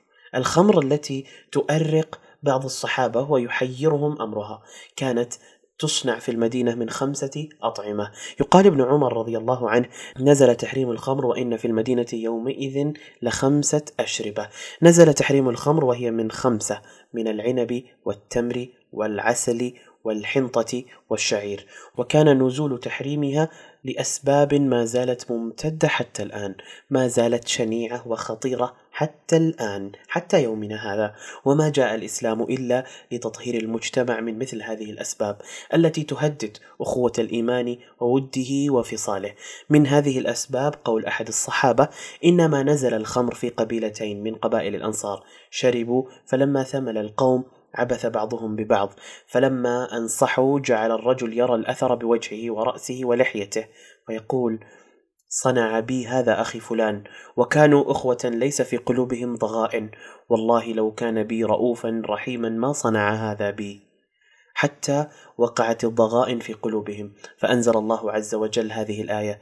B: الخمر التي تؤرق بعض الصحابة ويحيرهم أمرها، كانت تصنع في المدينة من 5 أطعمة. يقال ابن عمر رضي الله عنه: نزل تحريم الخمر وإن في المدينة يومئذ ل5 أشربة. نزل تحريم الخمر وهي من 5، من العنب والتمر والعسل والحنطة والشعير، وكان نزول تحريمها لأسباب ما زالت ممتدة حتى الآن، ما زالت شنيعة وخطيرة حتى الآن، حتى يومنا هذا، وما جاء الإسلام إلا لتطهير المجتمع من مثل هذه الأسباب التي تهدد أخوة الإيمان ووده وفصاله. من هذه الأسباب قول أحد الصحابة: إنما نزل الخمر في قبيلتين من قبائل الأنصار، شربوا فلما ثمل القوم عبث بعضهم ببعض، فلما أنصحوا جعل الرجل يرى الأثر بوجهه ورأسه ولحيته ويقول: صنع بي هذا أخي فلان، وكانوا أخوة ليس في قلوبهم ضغائن، والله لو كان بي رؤوفا رحيما ما صنع هذا بي، حتى وقعت الضغائن في قلوبهم. فأنزل الله عز وجل هذه الآية: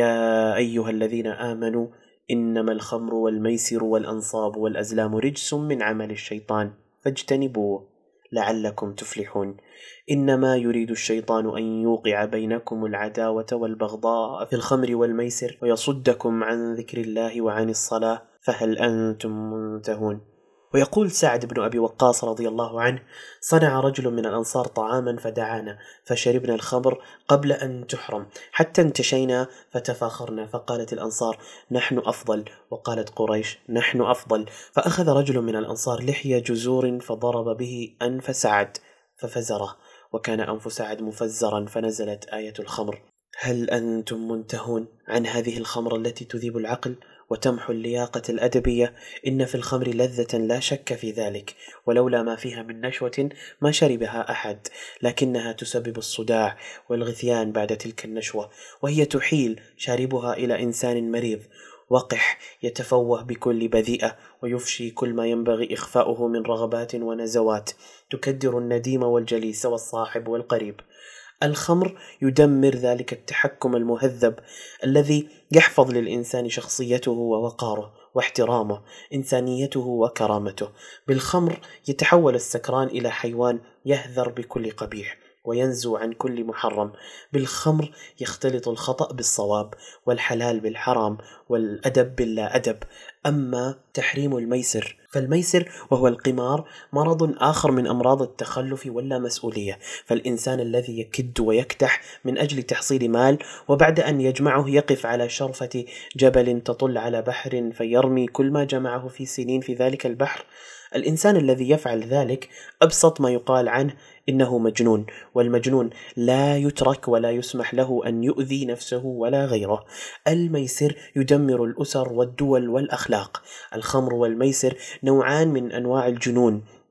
B: يا أيها الذين آمنوا إنما الخمر والميسر والأنصاب والأزلام رجس من عمل الشيطان فاجتنبوه لعلكم تفلحون. إنما يريد الشيطان أن يوقع بينكم العداوة والبغضاء في الخمر والميسر ويصدكم عن ذكر الله وعن الصلاة فهل أنتم منتهون. ويقول سعد بن أبي وقاص رضي الله عنه: صنع رجل من الأنصار طعاما فدعانا فشربنا الخمر قبل أن تحرم حتى انتشينا فتفاخرنا، فقالت الأنصار: نحن أفضل، وقالت قريش: نحن أفضل. فأخذ رجل من الأنصار لحية جزور فضرب به أنف سعد ففزره، وكان أنف سعد مفزرا، فنزلت آية الخمر: هل أنتم منتهون عن هذه الخمر التي تذيب العقل وتمحو اللياقة الأدبية؟ إن في الخمر لذة لا شك في ذلك، ولولا ما فيها من نشوة ما شربها أحد، لكنها تسبب الصداع والغثيان بعد تلك النشوة، وهي تحيل شاربها إلى إنسان مريض وقح يتفوه بكل بذيئة ويفشي كل ما ينبغي إخفاؤه من رغبات ونزوات، تكدر النديم والجليس والصاحب والقريب. الخمر يدمر ذلك التحكم المهذب الذي يحفظ للإنسان شخصيته ووقاره واحترامه، إنسانيته وكرامته. بالخمر يتحول السكران إلى حيوان يهذر بكل قبيح وينزو عن كل محرم. بالخمر يختلط الخطأ بالصواب والحلال بالحرام والأدب باللا أدب. أما تحريم الميسر، فالميسر وهو القمار مرض آخر من أمراض التخلف واللا مسؤولية، فالإنسان الذي يكد ويكدح من أجل تحصيل مال وبعد أن يجمعه يقف على شرفة جبل تطل على بحر فيرمي كل ما جمعه في سنين في ذلك البحر، الإنسان الذي يفعل ذلك أبسط ما يقال عنه إنه مجنون، والمجنون لا يترك ولا يسمح له أن يؤذي نفسه ولا غيره. الميسر يدمر الأسر والدول والأخلاق. الخمر والميسر نوعان من أنواع الجنون،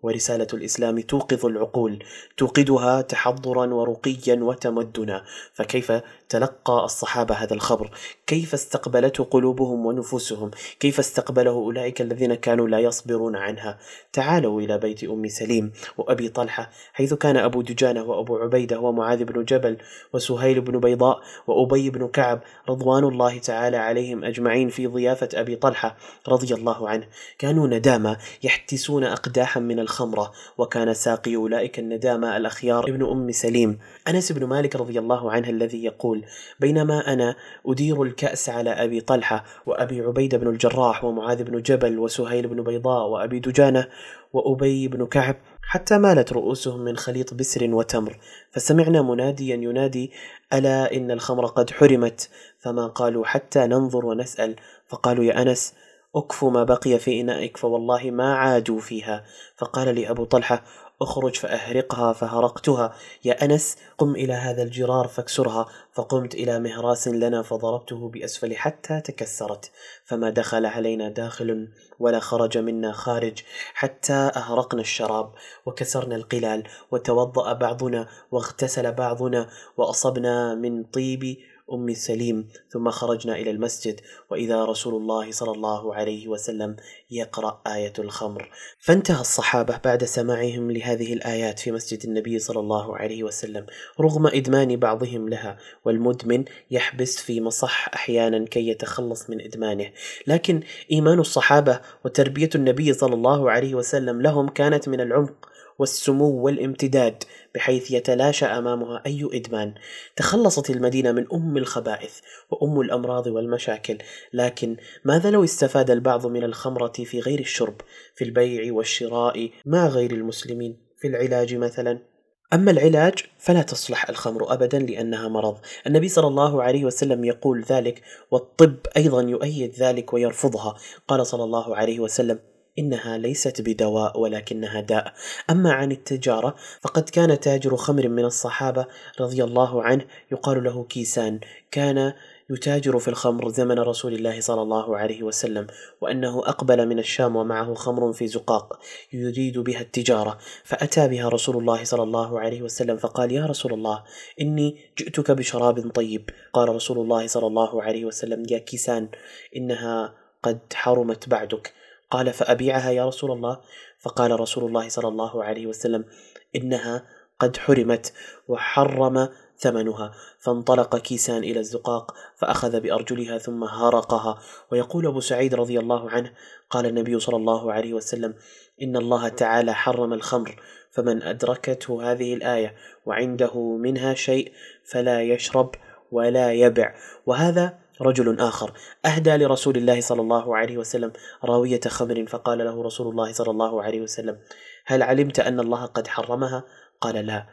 B: ورسالة الإسلام توقظ العقول، توقدها تحضرا ورقيا وتمدنا. فكيف تلقى الصحابة هذا الخبر؟ كيف استقبلته قلوبهم ونفوسهم؟ كيف استقبله أولئك الذين كانوا لا يصبرون عنها؟ تعالوا إلى بيت أم سليم وأبي طلحة، حيث كان أبو دجانة وأبو عبيدة ومعاذ بن جبل وسهيل بن بيضاء وأبي بن كعب رضوان الله تعالى عليهم أجمعين في ضيافة أبي طلحة رضي الله عنه. كانوا ندامى يحتسون أقداحا من الخمرة، وكان ساقي أولئك الندامى الأخيار ابن أم سليم أنس بن مالك رضي الله عنه، الذي يقول: بينما أنا أدير الكأس على أبي طلحة وأبي عبيدة بن الجراح ومعاذ بن جبل وسهيل بن بيضاء وأبي دجانة وأبي بن كعب، حتى مالت رؤوسهم من خليط بسر وتمر، فسمعنا مناديا ينادي: ألا إن الخمر قد حرمت. فما قالوا حتى ننظر ونسأل، فقالوا: يا أنس، أكفوا ما بقي في إنائك، فوالله ما عادوا فيها. فقال لي أبو طلحة: أخرج فأهرقها، فهرقتها. يا أنس، قم إلى هذا الجرار فاكسرها. فقمت إلى مهراس لنا فضربته بأسفل حتى تكسرت، فما دخل علينا داخل ولا خرج منا خارج، حتى أهرقنا الشراب وكسرنا القلال، وتوضأ بعضنا واغتسل بعضنا، وأصبنا من طيب أم سليم، ثم خرجنا إلى المسجد، وإذا رسول الله صلى الله عليه وسلم يقرأ آية الخمر. فانتهى الصحابة بعد سماعهم لهذه الآيات في مسجد النبي صلى الله عليه وسلم، رغم إدمان بعضهم لها، والمدمن يحبس في مصح أحيانا كي يتخلص من إدمانه. لكن إيمان الصحابة وتربية النبي صلى الله عليه وسلم لهم كانت من العمق والسمو والامتداد، بحيث يتلاشى أمامها أي إدمان. تخلصت المدينة من أم الخبائث وأم الأمراض والمشاكل، لكن ماذا لو استفاد البعض من الخمرة في غير الشرب، في البيع والشراء مع غير المسلمين، في العلاج مثلا؟ أما العلاج فلا تصلح الخمر أبدا لأنها مرض. النبي صلى الله عليه وسلم يقول ذلك، والطب أيضا يؤيد ذلك ويرفضها. قال صلى الله عليه وسلم: إنها ليست بدواء ولكنها داء. أما عن التجارة فقد كان تاجر خمر من الصحابة رضي الله عنه يقال له كيسان، كان يتاجر في الخمر زمن رسول الله صلى الله عليه وسلم، وأنه أقبل من الشام ومعه خمر في زقاق يريد بها التجارة، فأتى بها رسول الله صلى الله عليه وسلم فقال: يا رسول الله، إني جئتك بشراب طيب. قال رسول الله صلى الله عليه وسلم: يا كيسان، إنها قد حرمت بعدك. قال: فأبيعها يا رسول الله؟ فقال رسول الله صلى الله عليه وسلم: إنها قد حرمت وحرم ثمنها. فانطلق كيسان إلى الزقاق فأخذ بأرجلها ثم هرقها. ويقول أبو سعيد رضي الله عنه: قال النبي صلى الله عليه وسلم: إن الله تعالى حرم الخمر، فمن أدركته هذه الآية وعنده منها شيء فلا يشرب ولا يبع. وهذا رجل آخر أهدى لرسول الله صلى الله عليه وسلم راوية خمر، فقال له رسول الله صلى الله عليه وسلم: هل علمت أن الله قد حرمها؟ قال: لا.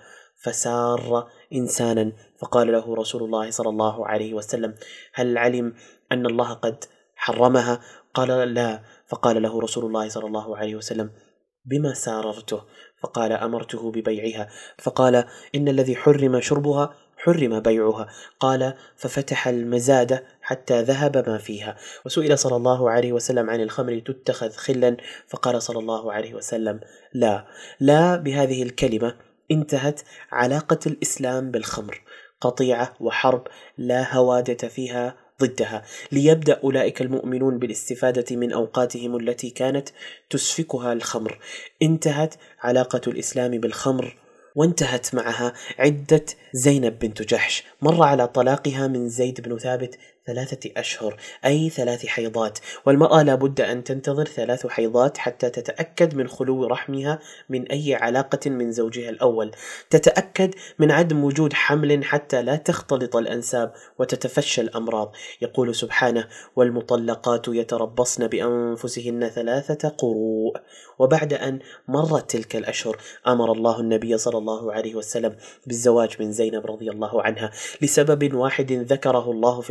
B: فسار إنسانا فقال له رسول الله صلى الله عليه وسلم: هل علم أن الله قد حرمها؟ قال: لا. فقال له رسول الله صلى الله عليه وسلم: بما ساررته؟ فقال: أمرته ببيعها. فقال: إن الذي حرم شربها حرم بيعها. قال: ففتح المزادة حتى ذهب ما فيها. وسئل صلى الله عليه وسلم عن الخمر تتخذ خلا، فقال صلى الله عليه وسلم: لا. لا بهذه الكلمة انتهت علاقة الإسلام بالخمر، قطيعة وحرب لا هوادة فيها ضدها، ليبدأ أولئك المؤمنون بالاستفادة من أوقاتهم التي كانت تسفكها الخمر. انتهت علاقة الإسلام بالخمر، وانتهت معها عدة زينب بنت جحش. مر على طلاقها من زيد بن ثابت 3 أشهر، أي 3 حيضات، والمرأة لابد أن تنتظر 3 حيضات حتى تتأكد من خلو رحمها من أي علاقة من زوجها الأول، تتأكد من عدم وجود حمل حتى لا تختلط الأنساب وتتفشى الأمراض. يقول سبحانه: والمطلقات يتربصن بأنفسهن 3 قروء. وبعد أن مرت تلك الأشهر أمر الله النبي صلى الله عليه وسلم بالزواج من زينب رضي الله عنها، لسبب واحد ذكره الله في القرآن: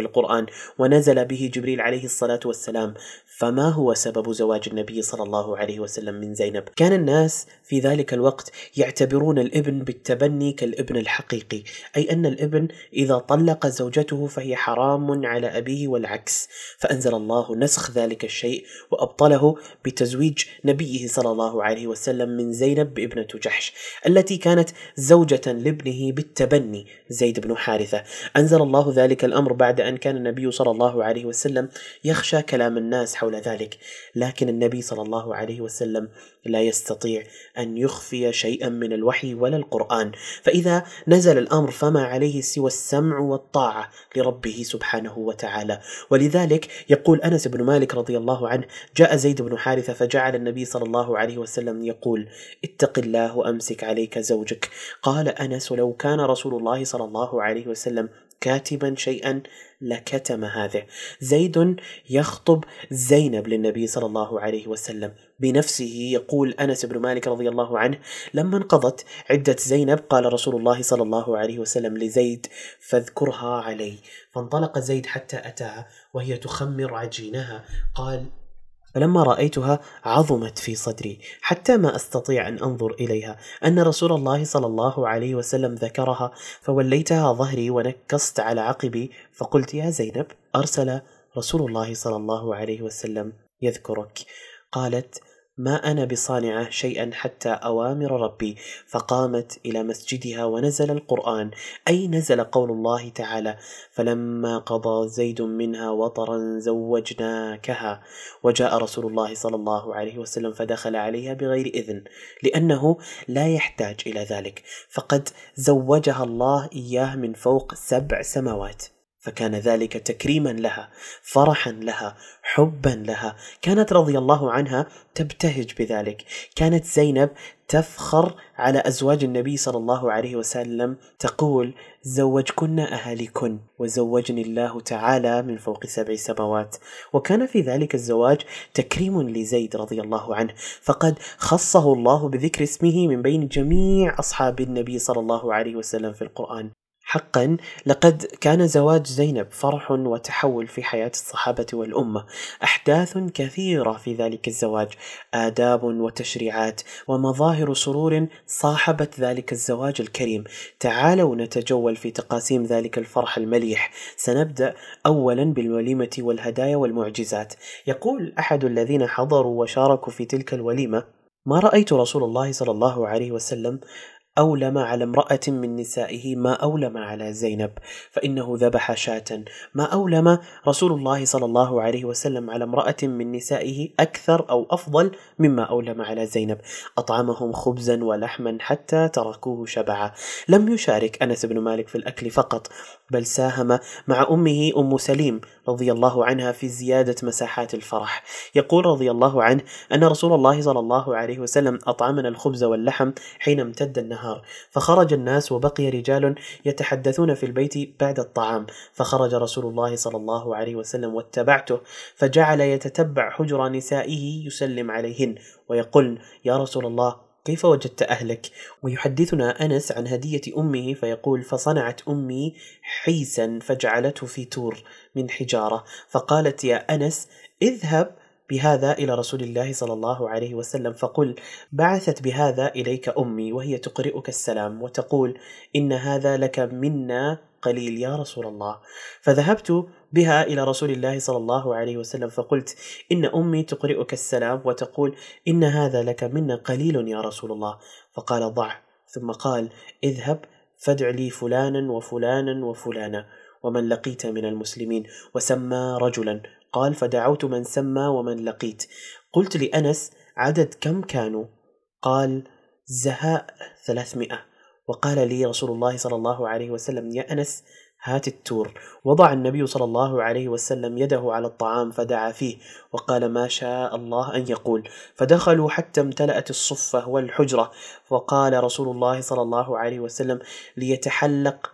B: ونزل به جبريل عليه الصلاة والسلام. فما هو سبب زواج النبي صلى الله عليه وسلم من زينب؟ كان الناس في ذلك الوقت يعتبرون الابن بالتبني كالابن الحقيقي، أي أن الابن إذا طلق زوجته فهي حرام على أبيه والعكس، فأنزل الله نسخ ذلك الشيء وأبطله بتزويج نبيه صلى الله عليه وسلم من زينب بابنة جحش التي كانت زوجة لابنه بالتبني زيد بن حارثة. أنزل الله ذلك الأمر بعد أن كان النبي صلى الله عليه وسلم يخشى كلام الناس حول ذلك، لكن النبي صلى الله عليه وسلم لا يستطيع أن يخفي شيئا من الوحي ولا القرآن، فإذا نزل الأمر فما عليه سوى السمع والطاعة لربه سبحانه وتعالى. ولذلك يقول أنس بن مالك رضي الله عنه: جاء زيد بن حارثة فجعل النبي صلى الله عليه وسلم يقول: اتق الله وأمسك عليك زوجك. قال أنس: لو كان رسول الله صلى الله عليه وسلم كاتبا شيئا لكتم هذا. زيد يخطب زينب للنبي صلى الله عليه وسلم بنفسه. يقول أنس بن مالك رضي الله عنه: لما انقضت عدة زينب قال رسول الله صلى الله عليه وسلم لزيد: فاذكرها علي. فانطلق زيد حتى أتاها وهي تخمر عجينها. قال: فلما رأيتها عظمت في صدري حتى ما أستطيع أن أنظر إليها، أن رسول الله صلى الله عليه وسلم ذكرها، فوليتها ظهري ونكصت على عقبي فقلت: يا زينب، أرسل رسول الله صلى الله عليه وسلم يذكرك. قالت: ما أنا بصانعة شيئا حتى أوامر ربي. فقامت إلى مسجدها ونزل القرآن، أي نزل قول الله تعالى: فلما قضى زيد منها وطرا زوجناكها. وجاء رسول الله صلى الله عليه وسلم فدخل عليها بغير إذن، لأنه لا يحتاج إلى ذلك، فقد زوجها الله إياه من فوق 7 سماوات، فكان ذلك تكريما لها، فرحا لها، حبا لها. كانت رضي الله عنها تبتهج بذلك. كانت زينب تفخر على أزواج النبي صلى الله عليه وسلم، تقول: زوجكن أهاليكن وزوجني الله تعالى من فوق 7 سماوات. وكان في ذلك الزواج تكريم لزيد رضي الله عنه، فقد خصه الله بذكر اسمه من بين جميع أصحاب النبي صلى الله عليه وسلم في القرآن. حقا لقد كان زواج زينب فرح وتحول في حياة الصحابة والأمة، أحداث كثيرة في ذلك الزواج، آداب وتشريعات ومظاهر سرور صاحبت ذلك الزواج الكريم. تعالوا نتجول في تقاسيم ذلك الفرح المليح. سنبدأ أولا بالوليمة والهدايا والمعجزات. يقول أحد الذين حضروا وشاركوا في تلك الوليمة: ما رأيت رسول الله صلى الله عليه وسلم أولم على امرأة من نسائه ما أولم على زينب، فإنه ذبح شاة. ما أولم رسول الله صلى الله عليه وسلم على امرأة من نسائه أكثر أو أفضل مما أولم على زينب. أطعمهم خبزا ولحما حتى تركوه شبعا. لم يشارك أنس بن مالك في الأكل فقط، بل ساهم مع أمه أم سليم رضي الله عنها في زيادة مساحات الفرح. يقول رضي الله عنه أن رسول الله صلى الله عليه وسلم أطعمنا الخبز واللحم حين امتد النهار، فخرج الناس وبقي رجال يتحدثون في البيت بعد الطعام، فخرج رسول الله صلى الله عليه وسلم واتبعته، فجعل يتتبع حجر نسائه يسلم عليهن ويقول: يا رسول الله، كيف وجدت أهلك؟ ويحدثنا أنس عن هدية أمه فيقول: فصنعت أمي حيسا فجعلته في تور من حجارة، فقالت: يا أنس، اذهب بهذا إلى رسول الله صلى الله عليه وسلم فقل: بعثت بهذا إليك أمي وهي تقرئك السلام وتقول: إن هذا لك منا قليل يا رسول الله. فذهبت بها إلى رسول الله صلى الله عليه وسلم فقلت: إن أمي تقرئك السلام وتقول: إن هذا لك منا قليل يا رسول الله. فقال: ضع. ثم قال: اذهب فادع لي فلانا وفلانا وفلانا ومن لقيت من المسلمين، وسمى رجلا. قال: فدعوت من سمى ومن لقيت. قلت لأنس: عدد كم كانوا؟ قال: زهاء 300. وقال لي رسول الله صلى الله عليه وسلم: يا أنس، هات التور. وضع النبي صلى الله عليه وسلم يده على الطعام فدعا فيه وقال: ما شاء الله أن يقول. فدخلوا حتى امتلأت الصفة والحجرة، وقال رسول الله صلى الله عليه وسلم: ليتحلق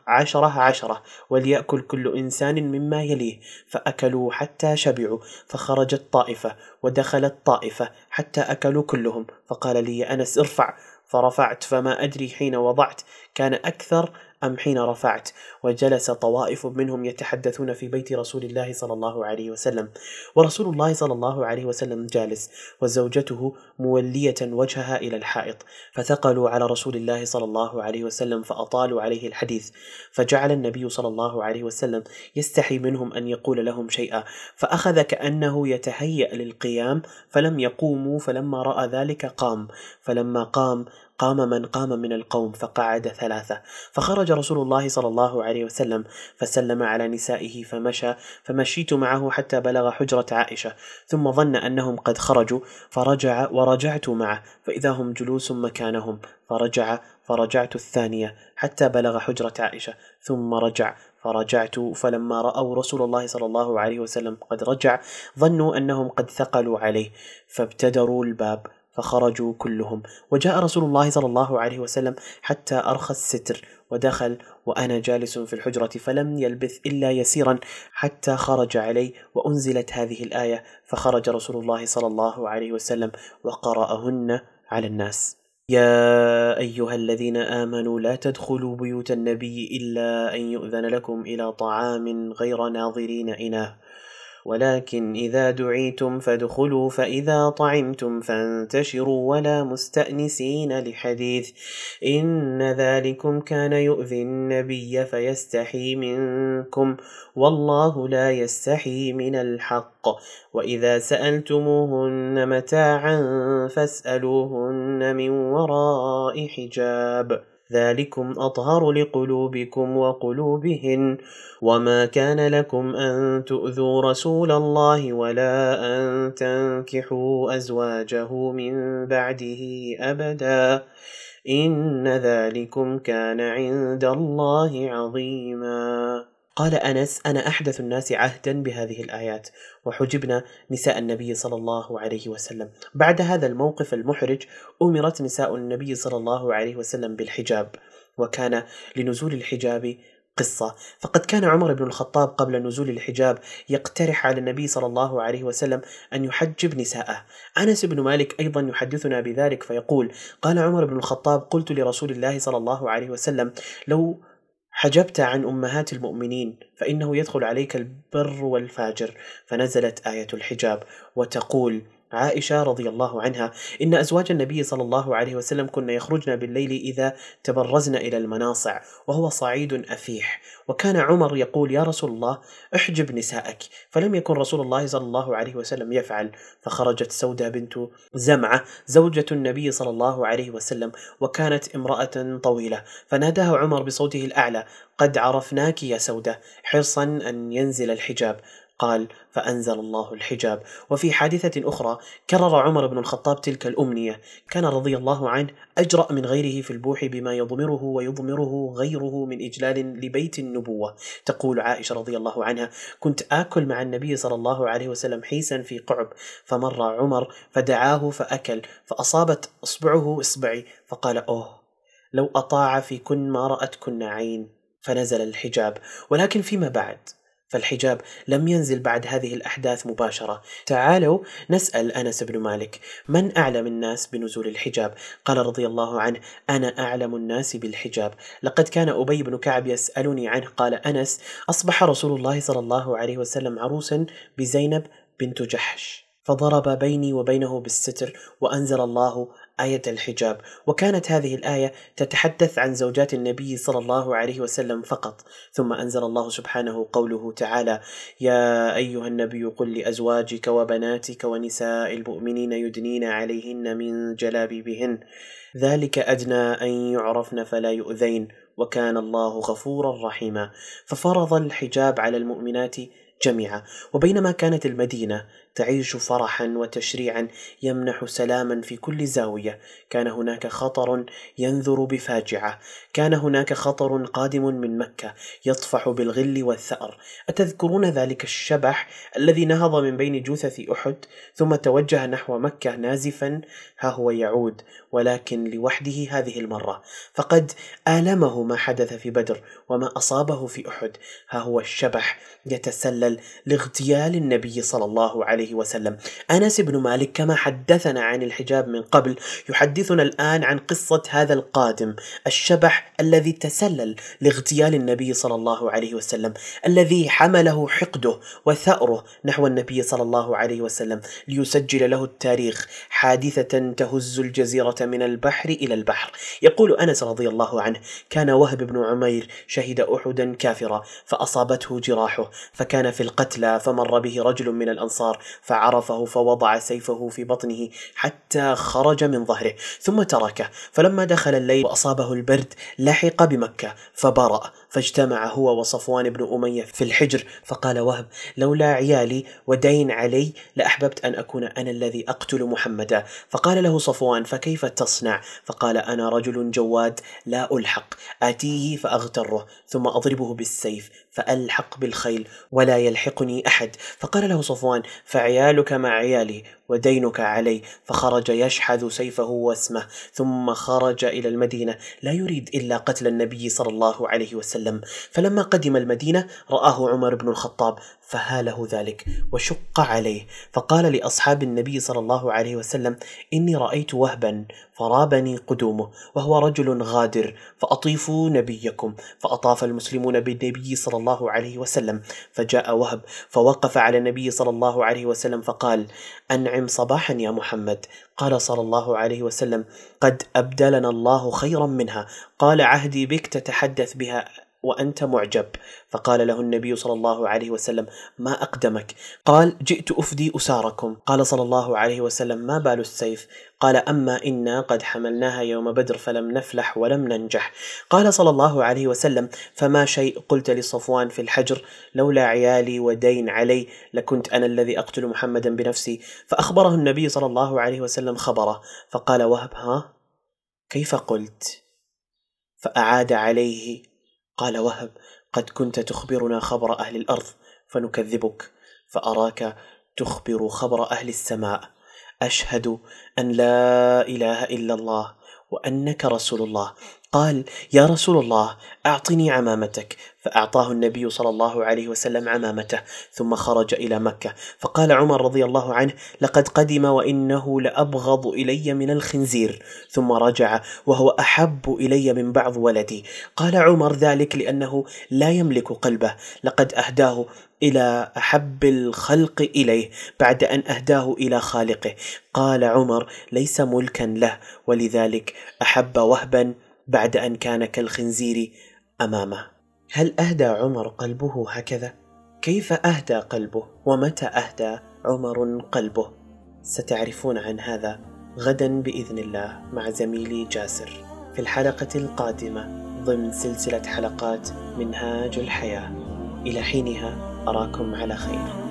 B: 10 وليأكل كل إنسان مما يليه. فأكلوا حتى شبعوا، فخرجت طائفة ودخلت طائفة حتى أكلوا كلهم. فقال لي: يا أنس، ارفع. فرفعت، فما أدري حين وضعت كان أكثر أم حين رفعت وجلس طوائف منهم يتحدثون في بيت رسول الله صلى الله عليه وسلم، ورسول الله صلى الله عليه وسلم جالس وزوجته مولية وجهها إلى الحائط، فثقلوا على رسول الله صلى الله عليه وسلم فأطالوا عليه الحديث، فجعل النبي صلى الله عليه وسلم يستحي منهم أن يقول لهم شيئا، فأخذ كأنه يتهيأ للقيام فلم يقوموا، فلما رأى ذلك قام، فلما قام من قام من القوم فقعد 3، فخرج رسول الله صلى الله عليه وسلم فسلم على نسائه فمشيت معه حتى بلغ حجرة عائشة، ثم ظن أنهم قد خرجوا فرجع ورجعت معه فإذا هم جلوس مكانهم، فرجعت الثانية حتى بلغ حجرة عائشة ثم فرجعت، فلما رأوا رسول الله صلى الله عليه وسلم قد رجع ظنوا أنهم قد ثقلوا عليه فابتدروا الباب فخرجوا كلهم، وجاء رسول الله صلى الله عليه وسلم حتى أرخى الستر ودخل وأنا جالس في الحجرة، فلم يلبث إلا يسيرا حتى خرج علي وأنزلت هذه الآية، فخرج رسول الله صلى الله عليه وسلم وقرأهن على الناس: يا أيها الذين آمنوا لا تدخلوا بيوت النبي إلا أن يؤذن لكم إلى طعام غير ناظرين إناه، ولكن إذا دعيتم فادخلوا، فإذا طعمتم فانتشروا ولا مستأنسين لحديث، إن ذلكم كان يؤذي النبي فيستحي منكم والله لا يستحي من الحق، وإذا سألتموهن متاعا فاسألوهن من وراء حجاب، ذلكم أطهر لقلوبكم وقلوبهن، وما كان لكم أن تؤذوا رسول الله ولا أن تنكحوا أزواجه من بعده أبدا، إن ذلكم كان عند الله عظيما. قال أنس: أنا أحدث الناس عهدا بهذه الآيات، وحجبنا نساء النبي صلى الله عليه وسلم. بعد هذا الموقف المحرج أمرت نساء النبي صلى الله عليه وسلم بالحجاب، وكان لنزول الحجاب قصة، فقد كان عمر بن الخطاب قبل نزول الحجاب يقترح على النبي صلى الله عليه وسلم أن يحجب نساءه. أنس بن مالك أيضا يحدثنا بذلك فيقول: قال عمر بن الخطاب: قلت لرسول الله صلى الله عليه وسلم: لو حجبت عن أمهات المؤمنين فإنه يدخل عليك البر والفاجر، فنزلت آية الحجاب وتقول عائشة رضي الله عنها: إن أزواج النبي صلى الله عليه وسلم كنا يخرجن بالليل إذا تبرزن إلى المناصع وهو صعيد أفيح، وكان عمر يقول: يا رسول الله احجب نسائك، فلم يكن رسول الله صلى الله عليه وسلم يفعل، فخرجت سودة بنت زمعة زوجة النبي صلى الله عليه وسلم، وكانت امرأة طويلة، فناداها عمر بصوته الأعلى: قد عرفناك يا سودة، حرصا أن ينزل الحجاب. قال: فأنزل الله الحجاب. وفي حادثة أخرى كرر عمر بن الخطاب تلك الأمنية، كان رضي الله عنه أجرأ من غيره في البوح بما يضمره ويضمره غيره من إجلال لبيت النبوة. تقول عائشة رضي الله عنها: كنت آكل مع النبي صلى الله عليه وسلم حيسا في قعب، فمر عمر فدعاه فأكل، فأصابت إصبعه إصبعي، فقال: أوه لو أطاع في كن ما رأتكن عين، فنزل الحجاب. ولكن فيما بعد فالحجاب لم ينزل بعد هذه الأحداث مباشرة. تعالوا نسأل أنس بن مالك: من أعلم الناس بنزول الحجاب؟ قال رضي الله عنه: أنا أعلم الناس بالحجاب، لقد كان أبي بن كعب يسألني عنه. قال أنس: أصبح رسول الله صلى الله عليه وسلم عروسا بزينب بنت جحش، فضرب بيني وبينه بالستر، وأنزل الله آية الحجاب، وكانت هذه الآية تتحدث عن زوجات النبي صلى الله عليه وسلم فقط، ثم أنزل الله سبحانه قوله تعالى: يا أيها النبي قل لأزواجك وبناتك ونساء المؤمنين يدنين عليهن من جلابيبهن، ذلك أدنى أن يعرفن فلا يؤذين، وكان الله غفورا رحيما. ففرض الحجاب على المؤمنات جميعا. وبينما كانت المدينة تعيش فرحا وتشريعا يمنح سلاما في كل زاوية، كان هناك خطر ينذر بفاجعة، كان هناك خطر قادم من مكة يطفح بالغل والثأر. أتذكرون ذلك الشبح الذي نهض من بين جثث أحد ثم توجه نحو مكة نازفا؟ ها هو يعود، ولكن لوحده هذه المرة، فقد آلمه ما حدث في بدر وما أصابه في أحد. ها هو الشبح يتسلل تسلل لاغتيال النبي صلى الله عليه وسلم. أنس بن مالك كما حدثنا عن الحجاب من قبل يحدثنا الآن عن قصة هذا القادم الشبح الذي تسلل لاغتيال النبي صلى الله عليه وسلم، الذي حمله حقده وثأره نحو النبي صلى الله عليه وسلم ليسجل له التاريخ حادثة تهز الجزيرة من البحر إلى البحر. يقول أنس رضي الله عنه: كان وهب بن عمير شهد أحدا كافرا فأصابته جراحه، فكان في القتلى، فمر به رجل من الأنصار فعرفه فوضع سيفه في بطنه حتى خرج من ظهره ثم تركه، فلما دخل الليل وأصابه البرد لحق بمكة فبرأ، فاجتمع هو وصفوان بن أمية في الحجر، فقال وهب: لولا عيالي ودين علي لأحببت أن أكون أنا الذي أقتل محمدا. فقال له صفوان: فكيف تصنع؟ فقال: أنا رجل جواد لا ألحق، آتيه فأغتره ثم أضربه بالسيف فألحق بالخيل ولا يلحقني أحد. فقال له صفوان: فعيالك مع عيالي ودينك علي. فخرج يشحذ سيفه واسمه، ثم خرج إلى المدينة لا يريد إلا قتل النبي صلى الله عليه وسلم. فلما قدم المدينة رآه عمر بن الخطاب فهاله ذلك وشق عليه، فقال لأصحاب النبي صلى الله عليه وسلم: إني رأيت وهبا فرابني قدومه وهو رجل غادر، فأطيفوا نبيكم. فأطاف المسلمون بالنبي صلى الله عليه وسلم، فجاء وهب فوقف على النبي صلى الله عليه وسلم فقال: أنعم صباحا يا محمد. قال صلى الله عليه وسلم: قد أبدلنا الله خيرا منها. قال: عهدي بك تتحدث بها وأنت معجب. فقال له النبي صلى الله عليه وسلم: ما أقدمك؟ قال: جئت أفدي أساركم. قال صلى الله عليه وسلم: ما بال السيف؟ قال: أما إنا قد حملناها يوم بدر فلم نفلح ولم ننجح. قال صلى الله عليه وسلم: فما شيء قلت لصفوان في الحجر: لولا عيالي ودين علي لكنت أنا الذي أقتل محمدا بنفسي. فأخبره النبي صلى الله عليه وسلم خبره، فقال وهب: ها كيف قلت؟ فأعاد عليه. قال وهب: قد كنت تخبرنا خبر أهل الأرض فنكذبك، فأراك تخبر خبر أهل السماء. أشهد أن لا إله إلا الله وأنك رسول الله. قال: يا رسول الله أعطني عمامتك. فأعطاه النبي صلى الله عليه وسلم عمامته ثم خرج إلى مكة. فقال عمر رضي الله عنه: لقد قدم وإنه لأبغض إلي من الخنزير، ثم رجع وهو أحب إلي من بعض ولدي. قال عمر: ذلك لأنه لا يملك قلبه، لقد أهداه إلى أحب الخلق إليه بعد أن أهداه إلى خالقه. قال عمر: ليس ملكا له، ولذلك أحب وهبا بعد أن كان كالخنزير أمامه. هل أهدى عمر قلبه هكذا؟ كيف أهدى قلبه؟ ومتى أهدى عمر قلبه؟ ستعرفون عن هذا غدا بإذن الله مع زميلي جاسر في الحلقة القادمة ضمن سلسلة حلقات منهاج الحياة. إلى حينها أراكم على خير.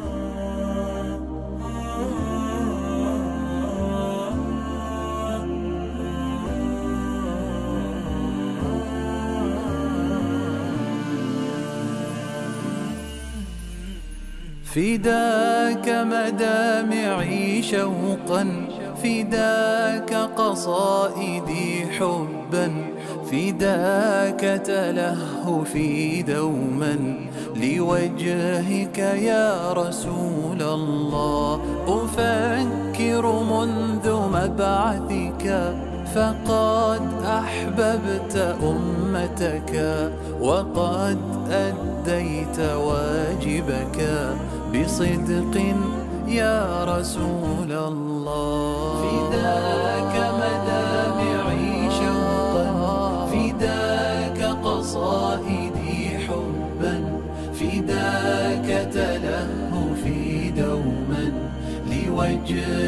A: فداك مدامعي شوقا، فداك قصائدي حبا، فداك تلهفي دوما لوجهك يا رسول الله. أفكر منذ مبعثك فقد أحببت أمتك، وقد أديت واجبك بصدق يا رسول الله. فداك مدامعي شوقا، فداك قصائدي حبا، فداك تلهفي دوما لوجهك